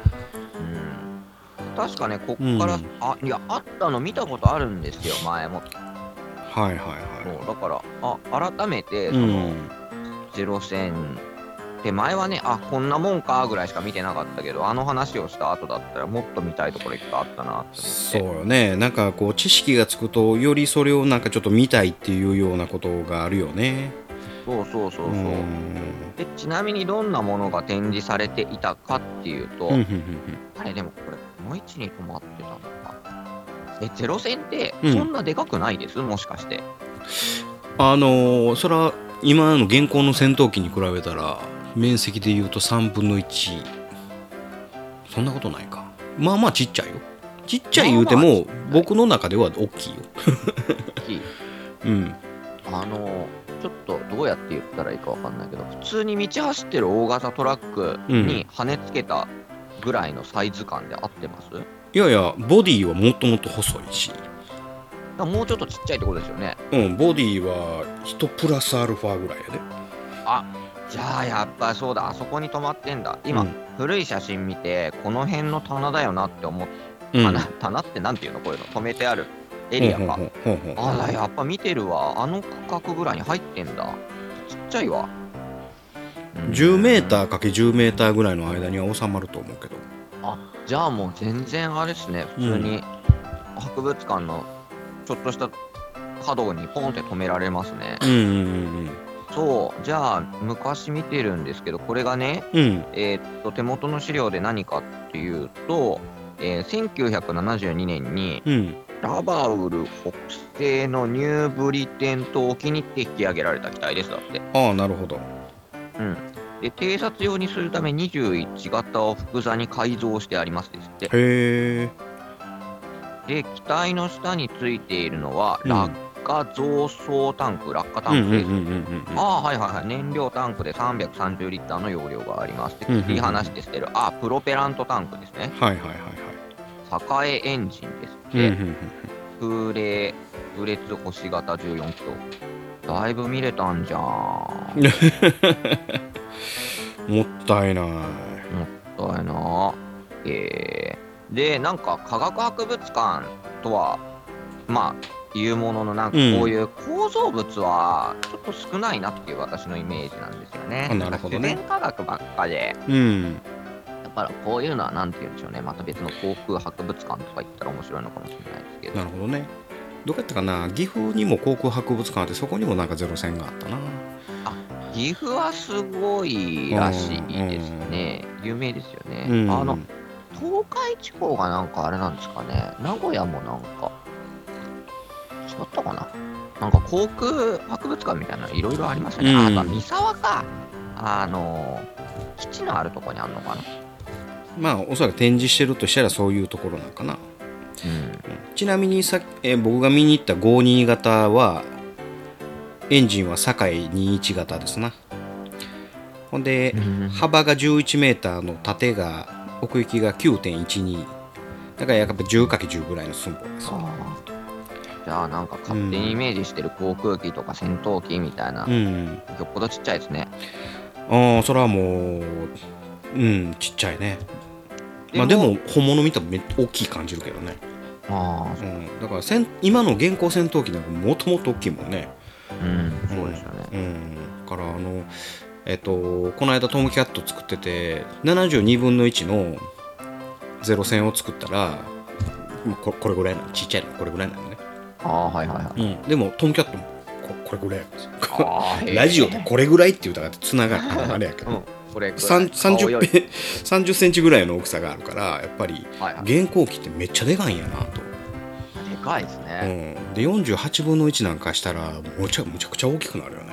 確かね、こっから、いや、あったの見たことあるんですよ、前も。そうだから改めてそのゼロ戦で、前はね、こんなもんかぐらいしか見てなかったけど、あの話をした後だったらもっと見たいところいっぱいあったなって思って。 そうよね、なんかこう知識がつくとよりそれをなんかちょっと見たいっていうようなことがあるよね。 そうで、ちなみにどんなものが展示されていたかっていうと、あれでもこれこの位置に止まってたのか。ゼロ戦ってそんなでかくないです、もしかして。 それは今の現行の戦闘機に比べたら面積でいうと3分の1、そんなことないか。まあまあちっちゃいよ。ちっちゃい言うても僕の中では大きいよ。 大きい。ちょっとどうやって言ったらいいかわかんないけど、普通に道走ってる大型トラックに跳ねつけたぐらいのサイズ感で合ってます？ いやいや、ボディはもっともっと細いし、 もうちょっとちっちゃいってことですよね。 ボディは1プラスアルファぐらいやで。 じゃあやっぱそうだ、あそこに止まってんだ。今、古い写真見てこの辺の棚だよなって思って、棚ってなんていうの、こういうの止めてあるエリアか。やっぱ見てるわ、あの区画ぐらいに入ってんだ。ちっちゃいわ。 10メーター ×10 メーターぐらいの間には収まると思うけど。 じゃあもう全然あれですね、普通に博物館のちょっとした角にポンって止められますね。そう、じゃあ昔見てるんですけど、これがね、手元の資料で何かっていうと、1972年に、ラバウル北西のニューブリテン島沖にて引き上げられた機体ですだって。 なるほど。 で、偵察用にするため21型を複座に改造してありますですって。で、機体の下についているのは落下増装タンク、落下タンクです。燃料タンクで330リッターの容量があります。切り離して捨てる。プロペラントタンクですね。栄エンジンですって。空冷星型14キロ。だいぶ見れたんじゃん。 もったいない。 で、なんか科学博物館とはまあいうものの、なんかこういう構造物はちょっと少ないなっていう私のイメージなんですよね。 なるほどね。 自然科学ばっかで、だからこういうのはなんて言うんでしょうね、また別の航空博物館とか行ったら面白いのかもしれないですけど。 なるほどね。どこやったかな、岐阜にも航空博物館あって、そこにもなんかゼロ戦があったな。 岐阜はすごいらしいですね。有名ですよね。 東海地方がなんかあれなんですかね。名古屋もなんか、違ったかな。なんか航空博物館みたいなのいろいろありますよね。あとは三沢か。基地のあるとこにあるのかな。 まあおそらく展示してるとしたらそういうところなのかな。ちなみに僕が見に行った52型はエンジンは堺21型ですな。ほんで、幅が11メーターの縦が奥行きが 9.12 だからやっぱ 10×10 ぐらいの寸法です。 じゃあなんか勝手にイメージしてる航空機とか戦闘機みたいな、よっぽどちっちゃいですね。 それはもうちっちゃいね。まあでも本物見たらめっちゃ大きい感じるけどね。だから今の現行戦闘機なんかもともと大きいもんね。 そうですよね。 だからこの間トムキャット作ってて72分の1のゼロ戦を作ったらこれぐらいなの、ちっちゃいのこれぐらいなのね。でもトムキャットもこれぐらいなんですよ。ラジオでこれぐらいって言うたらつながるあれやけど、30センチぐらいの大きさがあるからやっぱり現行機ってめっちゃでかいんやなと。 でかいですね。 で48分の1なんかしたらむちゃくちゃ大きくなるよね。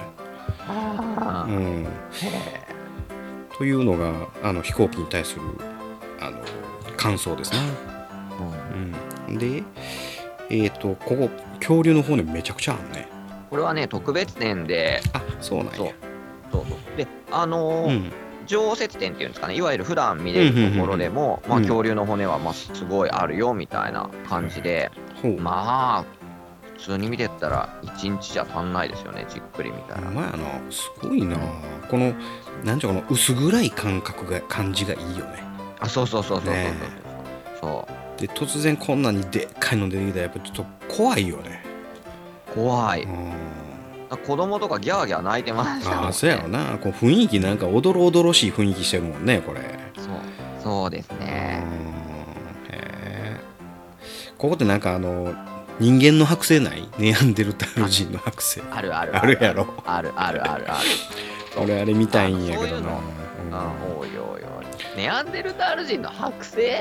というのが飛行機に対する感想ですね。でここ恐竜の方ねめちゃくちゃあるね。 これはね特別展で、 そうなんや。 そうで常設展っていうんですかね、いわゆる普段見れるところでも恐竜の骨はすごいあるよみたいな感じで、まあ普通に見てったら1日じゃ足んないですよね、じっくりみたいな。 やな、すごいな。このなんちゅうこの薄暗い感じがいいよね。 そうそうで突然こんなにでっかいの出てきたらやっぱちょっと怖いよね。 怖い。子供とかギャーギャー泣いてましたもんね。 そうやろな。こう雰囲気なんかおどろおどろしい雰囲気してるもんねこれ。 そうですね。 ここってなんか人間の剥製ないネアンデルタール人の剥製あるやろ。ある俺あれ見たいんやけどな。 おいネアンデルタール人の剥製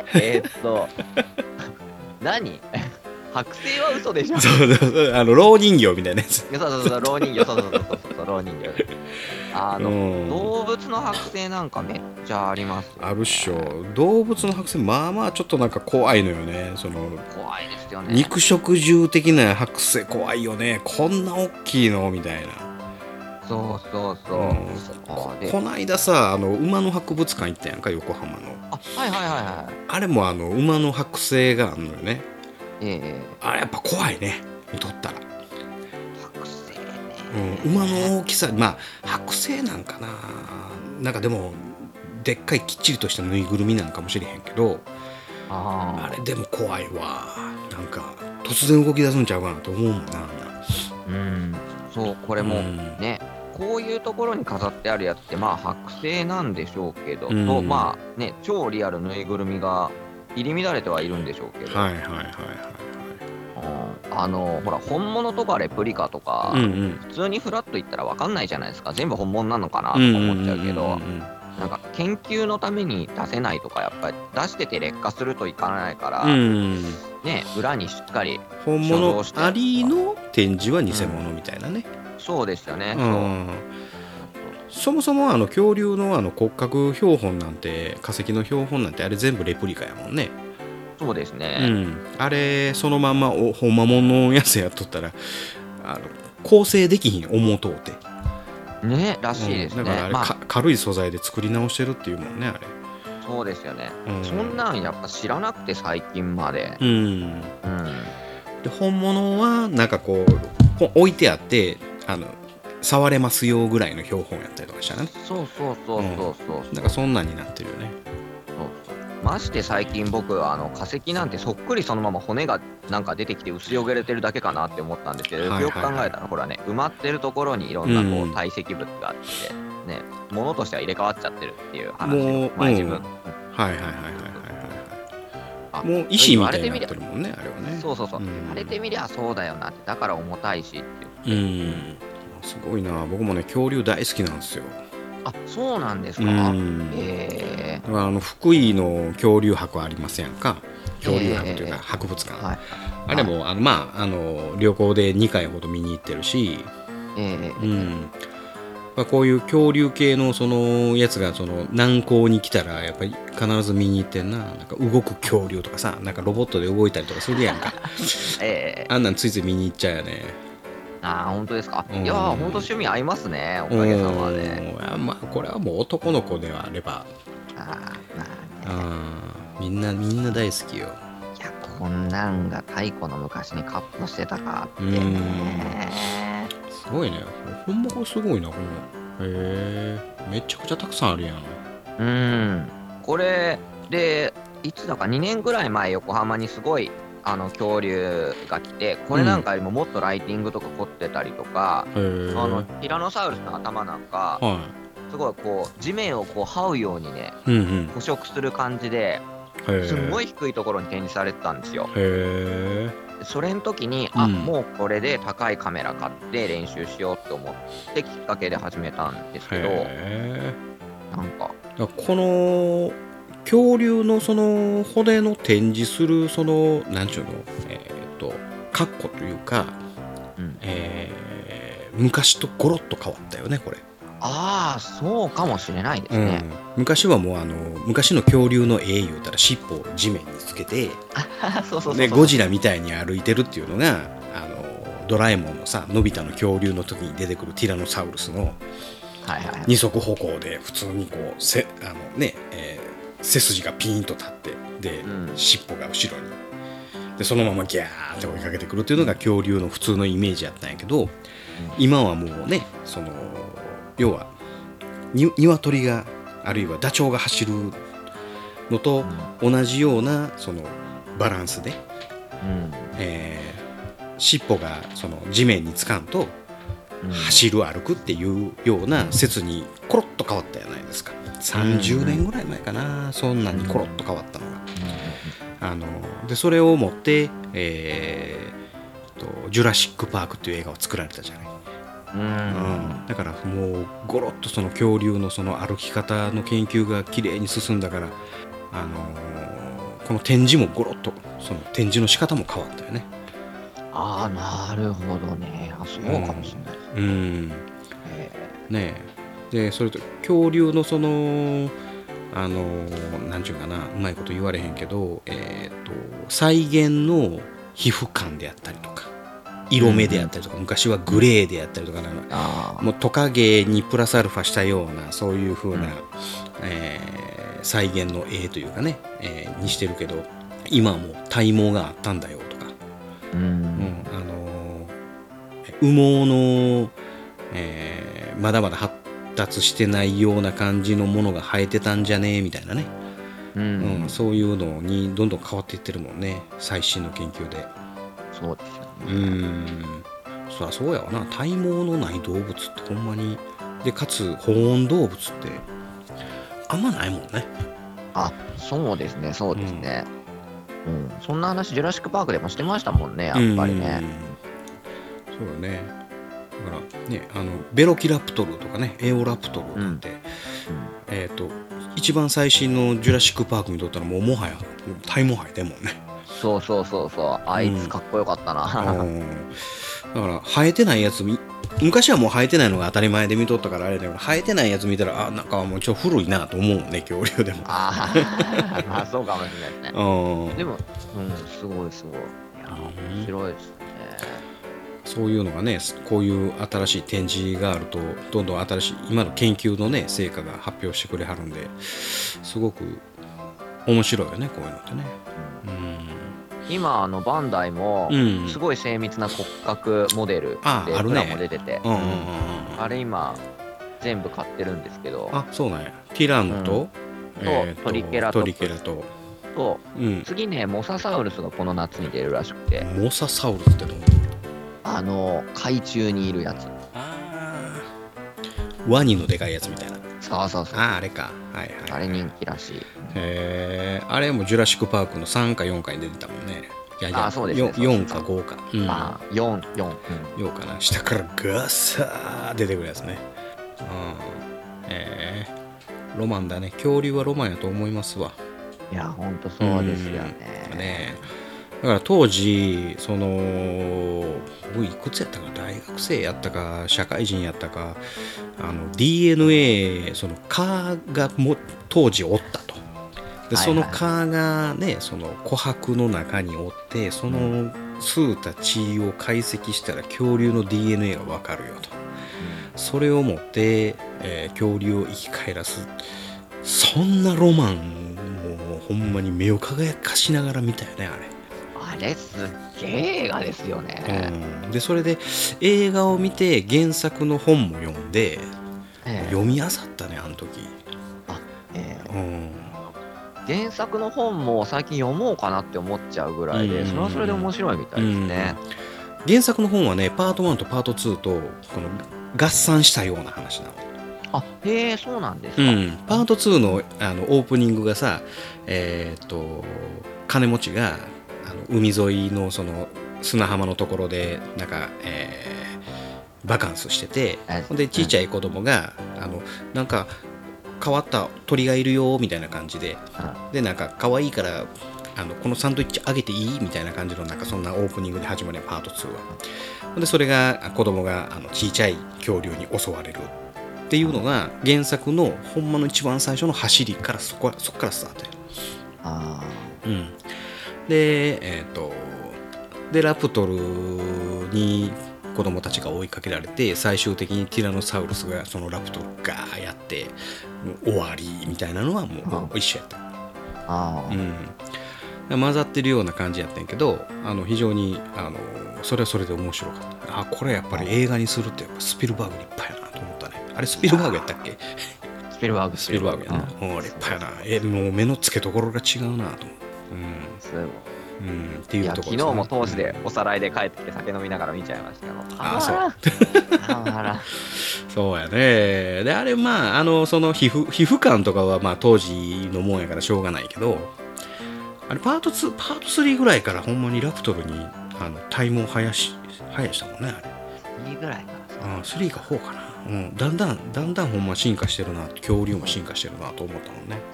何剥製は嘘でしょ。 老人形みたいなやつ。 そう老人形。老人形。動物の剥製なんかめっちゃありますよね。 あるっしょ。動物の剥製まあちょっとなんか怖いのよね。 怖いですよね。 肉食獣的な剥製怖いよね。こんな大きいのみたいな。 そう。 こないださ馬の博物館行ったやんか、横浜の。あれも馬の剥製があるのよね。あれやっぱ怖いね、見とったら。 剥製ね。 馬の大きさ剥製なんかな。なんかでもでっかいきっちりとしたぬいぐるみなんかもしれへんけど、あれでも怖いわ。なんか突然動き出すんちゃうかなと思うもんな。 そうこれもね、こういうところに飾ってあるやつって剥製なんでしょうけど、超リアルぬいぐるみが入り乱れてはいるんでしょうけど、ほら本物とかレプリカとか、普通にフラッと行ったら分かんないじゃないですか。全部本物なのかなとか思っちゃうけど、なんか研究のために出せないとかやっぱり出してて劣化するといかないから、裏にしっかり本物ありの展示は偽物みたいなね。 そうですよね。 そもそも恐竜の骨格標本なんて、化石の標本なんてあれ全部レプリカやもんね。 そうですね。 あれそのまんまほんまもんのやつやっとったら構成できひん思うとうてね、らしいですね。 だからあれ、軽い素材で作り直してるっていうもんね、あれ。 そうですよね。そんなんやっぱ知らなくて最近まで。 で本物はなんかこう置いてあって触れますよぐらいの標本やったりとかしたね。 そうなんかそんなんになってるよね。 まして最近僕化石なんてそっくりそのまま骨がなんか出てきて薄汚れてるだけかなって思ったんですけど、よく考えたらこれはね、埋まってるところにいろんなこう堆積物があってね、物としては入れ替わっちゃってるっていう話を前自分。 もう石みたいになってるもんね、あれはね。 そう言われてみりゃそうだよなって。だから重たいしっていう。 すごいな。僕もね恐竜大好きなんですよ。 あ、そうなんですか。 福井の恐竜博ありませんか。恐竜博というか博物館、あれも旅行で2回ほど見に行ってるし、こういう恐竜系のそのやつがその南港に来たらやっぱり必ず見に行ってんな。なんか動く恐竜とかさ、なんかロボットで動いたりとかするやんか。あんなんついつい見に行っちゃうよね。 ああ、本当ですか。いやー、本当趣味合いますね、おかげさまで。 これはもう男の子ではあれば、みんな大好きよ。 いや、こんなんが太古の昔にカップしてたかってね。 すごいね。ほんまこれすごいな、めちゃくちゃたくさんあるやん。 これでいつだか2年ぐらい前、横浜にすごい恐竜が来て、これなんかよりももっとライティングとか凝ってたりとか、ティラノサウルスの頭なんか、すごいこう地面をこう這うようにね、捕食する感じで、すんごい低いところに展示されてたんですよ。それの時にもうこれで高いカメラ買って練習しようと思ってきっかけで始めたんですけど、なんかこの恐竜のその骨の展示するそのなんちゅうの格好というか、昔とゴロッと変わったよねこれ。 ああ、そうかもしれないですね。 昔はもう昔の恐竜の絵言うたら尻尾を地面につけてでゴジラみたいに歩いてるっていうのがドラえもんのさ、のび太の恐竜の時に出てくるティラノサウルスの二足歩行で普通にこう背筋がピーンと立ってで、尻尾が後ろにでそのままギャーって追いかけてくるっていうのが恐竜の普通のイメージやったんやけど、今はもうね、その要は鶏があるいはダチョウが走るのと同じようなそのバランスで、尻尾がその地面につかんと走る歩くっていうような説にコロッと変わったじゃないですか。30年ぐらい前かな、そんなにコロッと変わったのが、でそれをもって、ジュラシック・パークっていう映画を作られたじゃない。だからもうゴロッとその恐竜のその歩き方の研究がきれいに進んだから、この展示もゴロッとその展示の仕方も変わったよね。 ああ、なるほどね。そうかもしれないね。でそれと恐竜のそのなんちゅうかな、うまいこと言われへんけど、再現の皮膚感であったりとか色目であったりとか、昔はグレーであったりとかもうトカゲにプラスアルファしたようなそういう風な、再現の絵というかね、にしてるけど、今はもう体毛があったんだよとか、羽毛の、まだまだ発達してないような感じのものが生えてたんじゃねえみたいなね、そういうのにどんどん変わっていってるもんね、最新の研究で。 そうですよね。 そりゃそうやわな。体毛のない動物ってほんまにで、かつ保温動物ってあんまないもんね。 そうですね、そうですね。そんな話ジュラシック・パークでもしてましたもんね、やっぱりね。 そうだね。だからね、ベロキラプトルとかね、エオラプトルなんて、一番最新のジュラシック・パークにとったらもはや体毛生えてんもんね。 そうあいつかっこよかったな。だから生えてないやつ、昔はもう生えてないのが当たり前で見とったからあれだけど、生えてないやつ見たらなんかもうちょっと古いなと思うね、恐竜でも。 そうかもしれないですね。でもすごい。いや、面白いですね。 そういうのがね、こういう新しい展示があるとどんどん新しい今の研究のね成果が発表してくれはるんで、すごく面白いよね、こういうのってね。 今バンダイもすごい精密な骨格モデルでプラも出てて、あれ今全部買ってるんですけど。 そうなんや。ティラノとトリケラトプスと次ね、モササウルスがこの夏に出るらしくて。 モササウルスってどう？ 海中にいるやつ。 ワニのでかいやつみたいな。 そう。 あれか。 あれ人気らしい。 あれもジュラシック・パークの3か4かに出てたもんね。 そうですね。 4か5か。 4 かな。下からガサー出てくるやつね。 ロマンだね。恐竜はロマンやと思いますわ。 いやほんとそうですよね。 だから当時僕いくつやったか、大学生やったか社会人やったか、DNA その蚊が当時おったと。でその蚊がね、その琥珀の中におって、その吸うた血を解析したら恐竜の DNA が分かるよと。それを持って、恐竜を生き返らす。そんなロマンもほんまに目を輝かしながら見たよね、あれ。 あれすっげえ映画ですよね。 でそれで映画を見て原作の本も読んで、読み漁ったね、あの時。 原作の本も最近読もうかなって思っちゃうぐらいで、それはそれで面白いみたいですね。 原作の本はね、パート1とパート2とこの合算したような話なの。 あ、へえ、そうなんですか。 パート2の、オープニングがさ、金持ちが海沿いのその砂浜のところでなんか、バカンスしてて、でちっちゃい子供が、なんか変わった鳥がいるよみたいな感じで、でなんか可愛いからこのサンドイッチあげていいみたいな感じの、なんかそんなオープニングで始まるパート2は。でそれが子供がちっちゃい恐竜に襲われるっていうのが原作のほんまの一番最初の走りから、そこからスタートや。でラプトルに子供たちが追いかけられて、最終的にティラノサウルスがそのラプトルガーやって終わりみたいなのはもう一緒やった。混ざってるような感じやったんやけど、非常にそれはそれで面白かった。これやっぱり映画にするってやっぱスピルバーグ立派やなと思ったね。あれスピルバーグやったっけ？ スピルバーグやな。立派やな。もう目の付けどころが違うなと思って。 すごい。 っていうところですね。 昨日も当時でおさらいで帰ってきて酒飲みながら見ちゃいましたよ。 そうやね。であれその皮膚感とかは当時のもんやからしょうがないけど、あれパート2パート3ぐらいからほんまにラプトルに体毛生やしたもんね、あれ。 3ぐらいかな。 3か4かな。だんだんほんま進化してるな、恐竜も進化してるなと思ったもんね。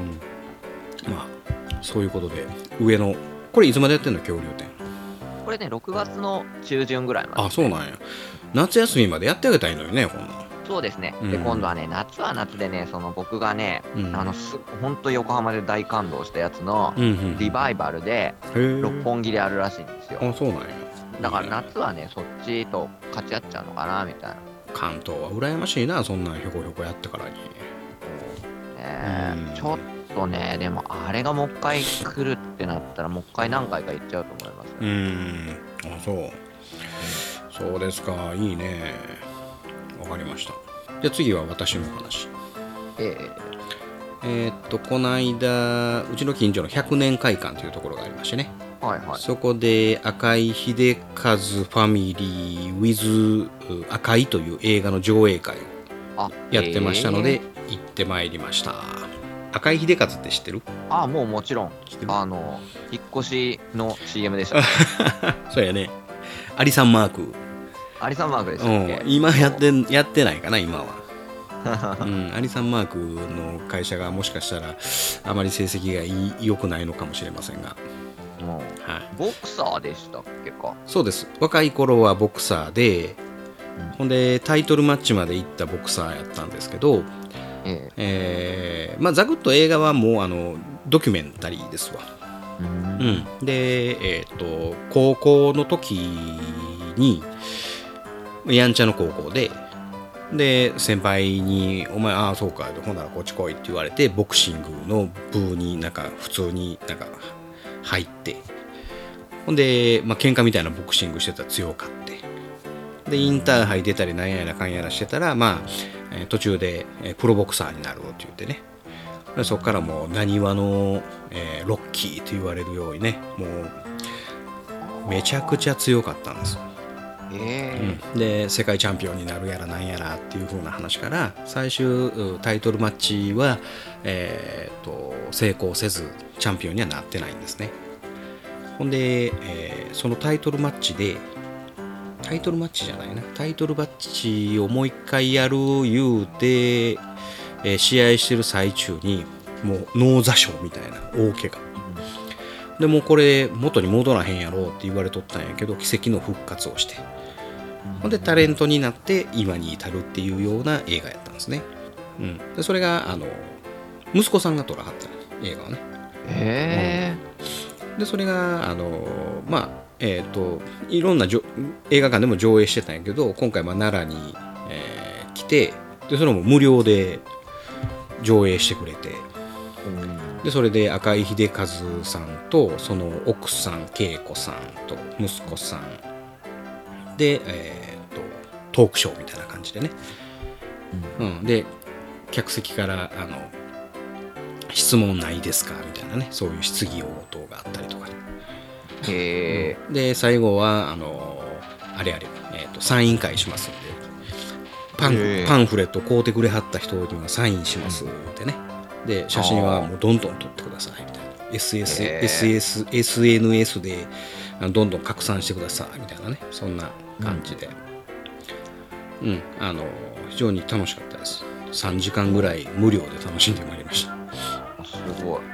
そういうことで、上のこれいつまでやってんの、恐竜展。 これね、6月の中旬ぐらいまで。 そうなんや。夏休みまでやってあげたいのよね、こんなん。 そうですね。で今度はね、夏は夏でね、その僕がね、本当横浜で大感動したやつのリバイバルで六本木であるらしいんですよ。 そうなんや。 だから夏はね、そっちと勝ち合っちゃうのかなみたいな。 関東は羨ましいな、そんなんひょこひょこやってからに。 ちょっとね、でもあれがもう一回来るってなったら、もう一回何回か行っちゃうと思いますね。 そうですか、いいね。わかりました。じゃあ次は私の話。この間うちの近所の100年会館というところがありましてね、そこで赤井英和ファミリー with 赤井という映画の上映会をやってましたので行ってまいりました。赤井英和って知ってる？ もうもちろん引っ越しの CM でした、ね、 そうやね。アリサンマークでしたっけ？ 今やってないかな今は。アリサンマークの会社がもしかしたらあまり成績が良くないのかもしれませんが、 ボクサーでしたっけか？ そうです。若い頃はボクサーで、ほんでタイトルマッチまで行ったボクサーやったんですけど、ざくっと映画はもうドキュメンタリーですわ。で、高校の時にやんちゃの高校で先輩に「お前そうか、ほんならこっち来い」って言われて、ボクシングの部になんか普通になんか入って、ほんで喧嘩みたいなボクシングしてたら強かって、でインターハイ出たりなんやらかんやらしてたら途中でプロボクサーになるって言ってね、そこからもうなにわのロッキーと言われるようにね、もうめちゃくちゃ強かったんです。で世界チャンピオンになるやらなんやらっていう風な話から、最終タイトルマッチは、成功せずチャンピオンにはなってないんですね。ほんで、そのタイトルマッチをもう一回やる言うて試合してる最中にもう脳挫傷みたいな大怪我、でもうこれ元に戻らへんやろうって言われとったんやけど、奇跡の復活をして、ほんでタレントになって今に至るっていうような映画やったんですね。でそれが息子さんが撮らはった映画をね。でそれがいろんな映画館でも上映してたんやけど、今回奈良に、来て、でそれも無料で上映してくれて、でそれで赤井英和さんとその奥さん恵子さんと息子さんで、トークショーみたいな感じでね、で客席から質問ないですかみたいなね、そういう質疑応答があったりとか、で最後はサイン会しますんで、パンフレット買うてくれはった人にはサインしますってね、で写真はもうどんどん撮ってくださいみたいな、SNS でどんどん拡散してくださいみたいなね、そんな感じで、非常に楽しかったです。3時間ぐらい無料で楽しんでまいりました。 すごい。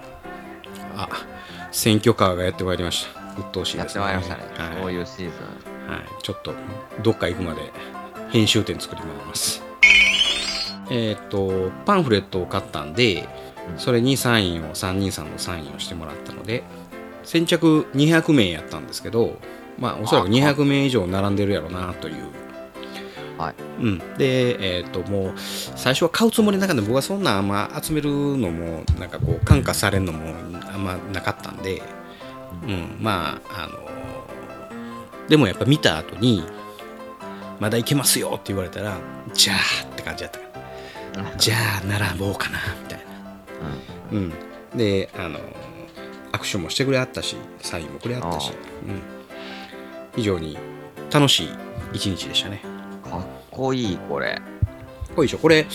選挙カーがやってまいりました。鬱陶しいですね。 やってまいりましたね。そういうシーズン。 ちょっとどっか行くまで編集点作ります。パンフレットを買ったんで、それにサインを3人さんのサインをしてもらったので、先着200名やったんですけど、おそらく200名以上並んでるやろうなという。で、もう最初は買うつもりなかったんで、僕はそんなあんま集めるのもなんかこう感化されるのもあんまなかったんで、でもやっぱ見た後にまだいけますよって言われたら、じゃあって感じだったから、じゃあ並ぼうかなみたいな、で握手もしてくれはったし、サインもくれはったし、非常に楽しい一日でしたね。 かっこいい。これかっこいいでしょ。これ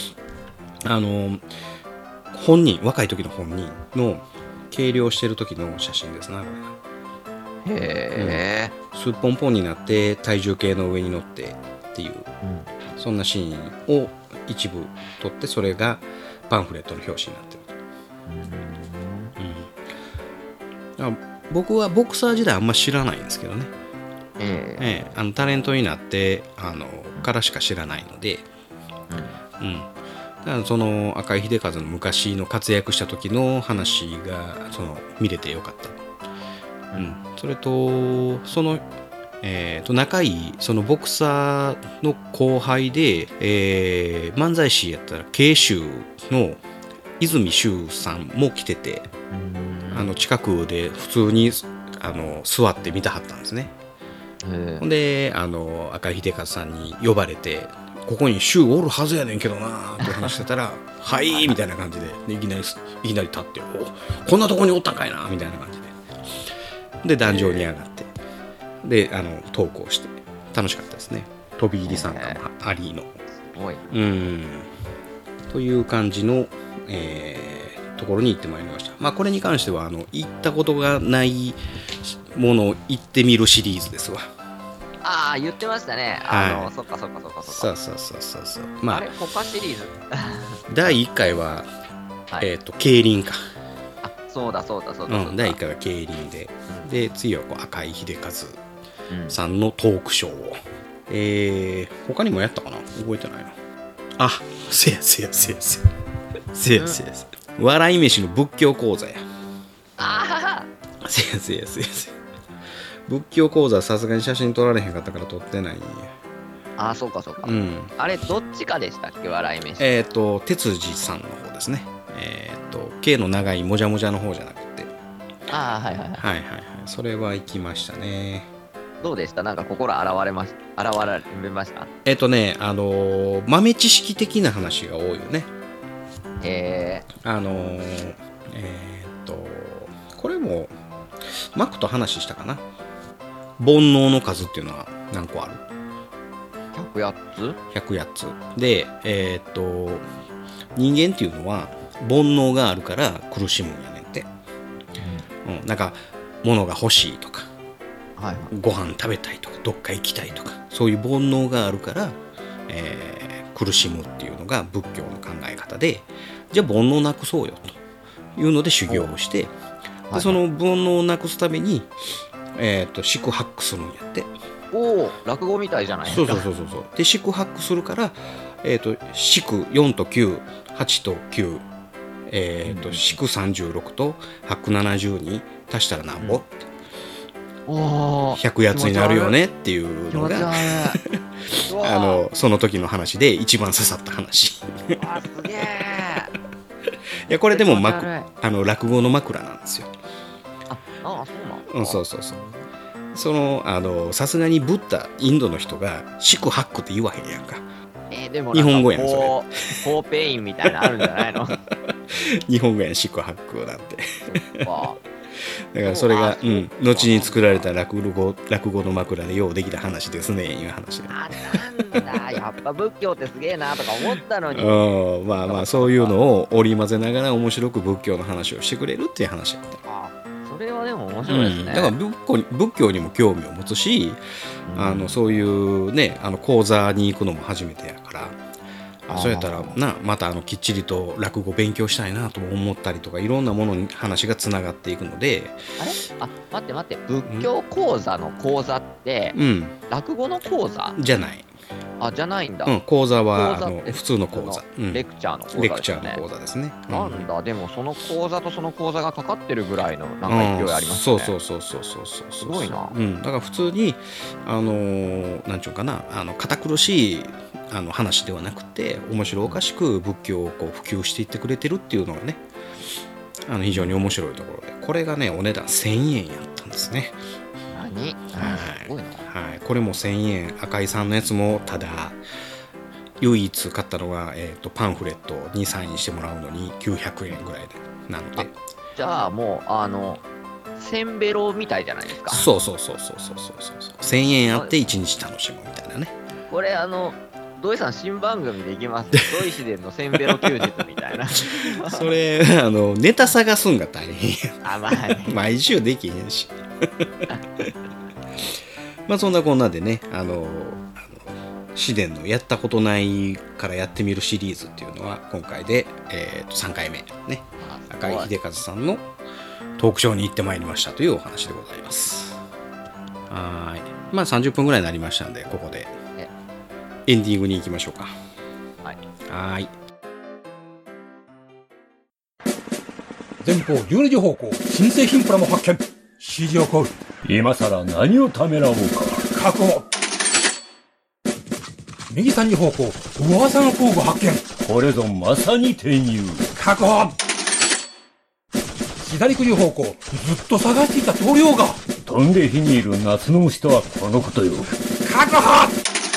若い時の本人の計量してる時の写真ですな、これ。すっぽんぽんになって体重計の上に乗ってっていう、そんなシーンを一部撮って、それがパンフレットの表紙になってる。僕はボクサー時代あんま知らないんですけどね、タレントになってからしか知らないので、だからその赤井英和の昔の活躍した時の話が見れてよかった。それとその、仲いいそのボクサーの後輩で、漫才師やったら慶州の泉修さんも来てて、近くで普通に座って見たはったんですね。ほんで赤井英和さんに呼ばれて、ここに修おるはずやねんけどなって話してたらはいみたいな感じで、いきなり立って、こんなとこにおったんかいなみたいな感じで、壇上に上がってでトークをして楽しかったですね。飛び入り参加もありの、という感じの、ところに行ってまいりました。これに関しては行ったことがないものを行ってみるシリーズですわ。 言ってましたね。そっか。そう。 あれ他シリーズ第1回は競輪か。 そうだ。 第1回は競輪で、で次は赤井英和さんのトークショーを、他にもやったかな、覚えてないな。せや笑い飯の仏教講座や。せや仏教講座はさすがに写真撮られへんかったから撮ってないんや。 そうか。あれどっちかでしたっけ、笑い飯。 哲司さんの方ですね。K の長いもじゃもじゃの方じゃなくて。はい。それは行きましたね。 どうでした？なんか心洗われました？ 豆知識的な話が多いよね。これもマックと話したかな。煩悩の数っていうのは何個ある？108つで、人間っていうのは煩悩があるから苦しむんやねんって、なんか物が欲しいとか、ご飯食べたいとか、どっか行きたいとか、そういう煩悩があるから、苦しむっていうののが仏教の考え方で、じゃあ煩悩をなくそうよというので修行をして、でその煩悩をなくすために、四苦八苦するんやって。 おお、落語みたいじゃないですか。 そうで四苦八苦するから、四苦4と9、8と9、四苦36と八苦72足したらなんぼって、100やつになるよねっていうのがその時の話で一番刺さった話。 すげえ。 いやこれでも落語の枕なんですよ。 そうなん。 そうそのさすがにブッダインドの人が四苦八苦って言わへんやんか。 でも日本語やんそれ。 コーペインみたいなのあるんじゃないの？ 日本語やん四苦八苦なんて。だからそれが、後に作られた落語の枕でようできた話ですねいう話で。 なんだ、やっぱ仏教ってすげえなとか思ったのに。 まあそういうのを織り交ぜながら面白く仏教の話をしてくれるっていう話だった。 それはでも面白いですね。 だから仏教にも興味を持つし、そういうね講座に行くのも初めてやから、そうやったらまたきっちりと落語勉強したいなと思ったりとか、いろんなものに話がつながっていくので。 待って仏教講座の講座って、落語の講座じゃない。 じゃないんだ。 講座は普通の講座、 レクチャーの講座ですね。 レクチャーの講座ですね。 なんだ、でもその講座とその講座がかかってるぐらいのなんか勢いありますね。 そうすごいな。 だから普通になんちゅうかな堅苦しい話ではなくて、面白おかしく仏教をこう普及していってくれてるっていうのがね、非常に面白いところで、これがねお値段1000円やったんですね。すごいな。これも1000円、赤井さんのやつもただ、唯一買ったのが、パンフレットにサインしてもらうのに900円ぐらいでなので、 じゃあもうせんべろみたいじゃないですか。 そう1000円あって1日楽しむみたいなね。 これ土井さん新番組できます。土井市でのせんべろ休日みたいな。 それネタ探すんが大変や。毎週できへんし。まあそんなこんなでね、市電のやったことないからやってみるシリーズっていうのは今回で、3回目ね、赤井秀和さんのトークショーに行ってまいりましたというお話でございます。はい。まあ30分ぐらいになりましたんで、ここでエンディングに行きましょうか。はい。 前方12時方向、新製品プラも発見。指示を行う。 今さら何をためらおうか。 確保。右3時方向、噂の工具発見。 これぞまさに転入。 確保。左9時方向、ずっと探していた棟梁が。 飛んで火にいる夏の虫とはこのことよ。 確保。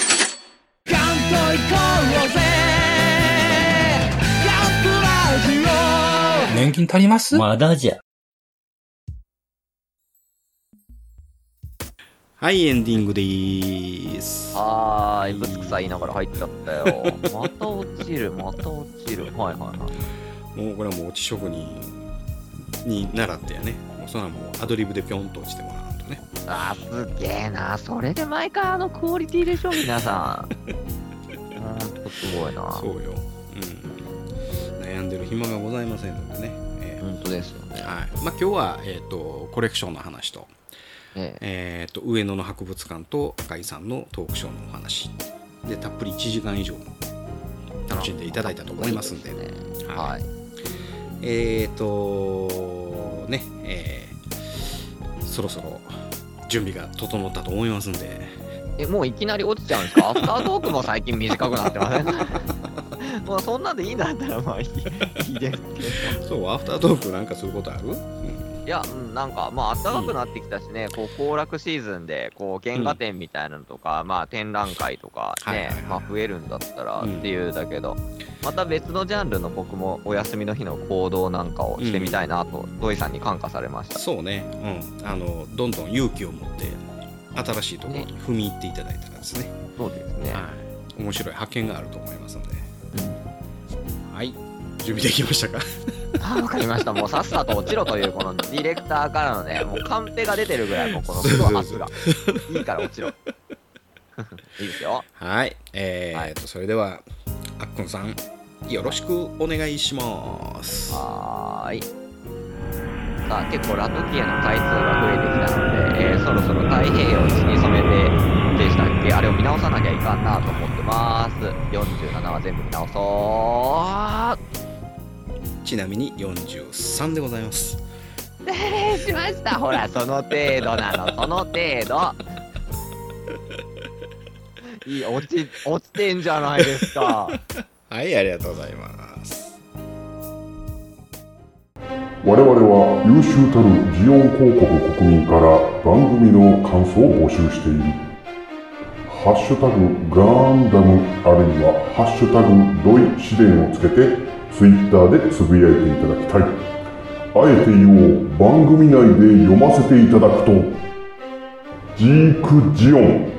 年金足ります？ まだじゃ。 はい、エンディングでーす。 ぶつくさ言いながら入っちゃったよ。また落ちる。もうこれはもう落ち職人に習ってやね。もうそれはもうアドリブでピョンと落ちてもらわんとね。 すげえな。それで毎回クオリティでしょ皆さん。ほんとすごいな。 そうよ。悩んでる暇がございませんのでね。 本当ですよね。 まあ今日はコレクションの話と。上野の博物館と赤井さんのトークショーのお話でたっぷり1時間以上楽しんでいただいたと思いますんで、そろそろ準備が整ったと思いますんで。 もういきなり落ちちゃうんですか？アフタートークも最近短くなってません？もうそんなんでいいんだったらまあいいですけど。 そう、アフタートークなんかすることある？ いや、なんかまあ暖かくなってきたしね、行楽シーズンで原画展みたいなのとか、展覧会とかね、増えるんだったらっていうだけど、また別のジャンルの僕もお休みの日の行動なんかをしてみたいなと土井さんに感化されました。 そうね、どんどん勇気を持って新しいところに踏み入っていただいたらですね、 そうですね、 面白い発見があると思いますので、はい、準備できましたか？ わかりました。もうさっさと落ちろというこのディレクターからのね、もうカンペが出てるぐらいもうこのすごい圧がいいから落ちろ。いいですよ。 はい、それではあっくんさんよろしくお願いします。 はーい。さあ、結構ラトキエの回数が増えてきたので、そろそろ太平洋西に染めてでしたっけ、あれを見直さなきゃいかんなと思ってます。47は全部見直そう。 ちなみに43でございます。 失礼しました。ほら、その程度なの、その程度。いい、落ちてんじゃないですか。 はい、ありがとうございます。 我々は優秀たるジオン広告国民から番組の感想を募集している。ハッシュタグガンダムあるいはハッシュタグドイ試練をつけてツイッターでつぶやいていただきたい。あえて言おう、番組内で読ませていただくとジークジオン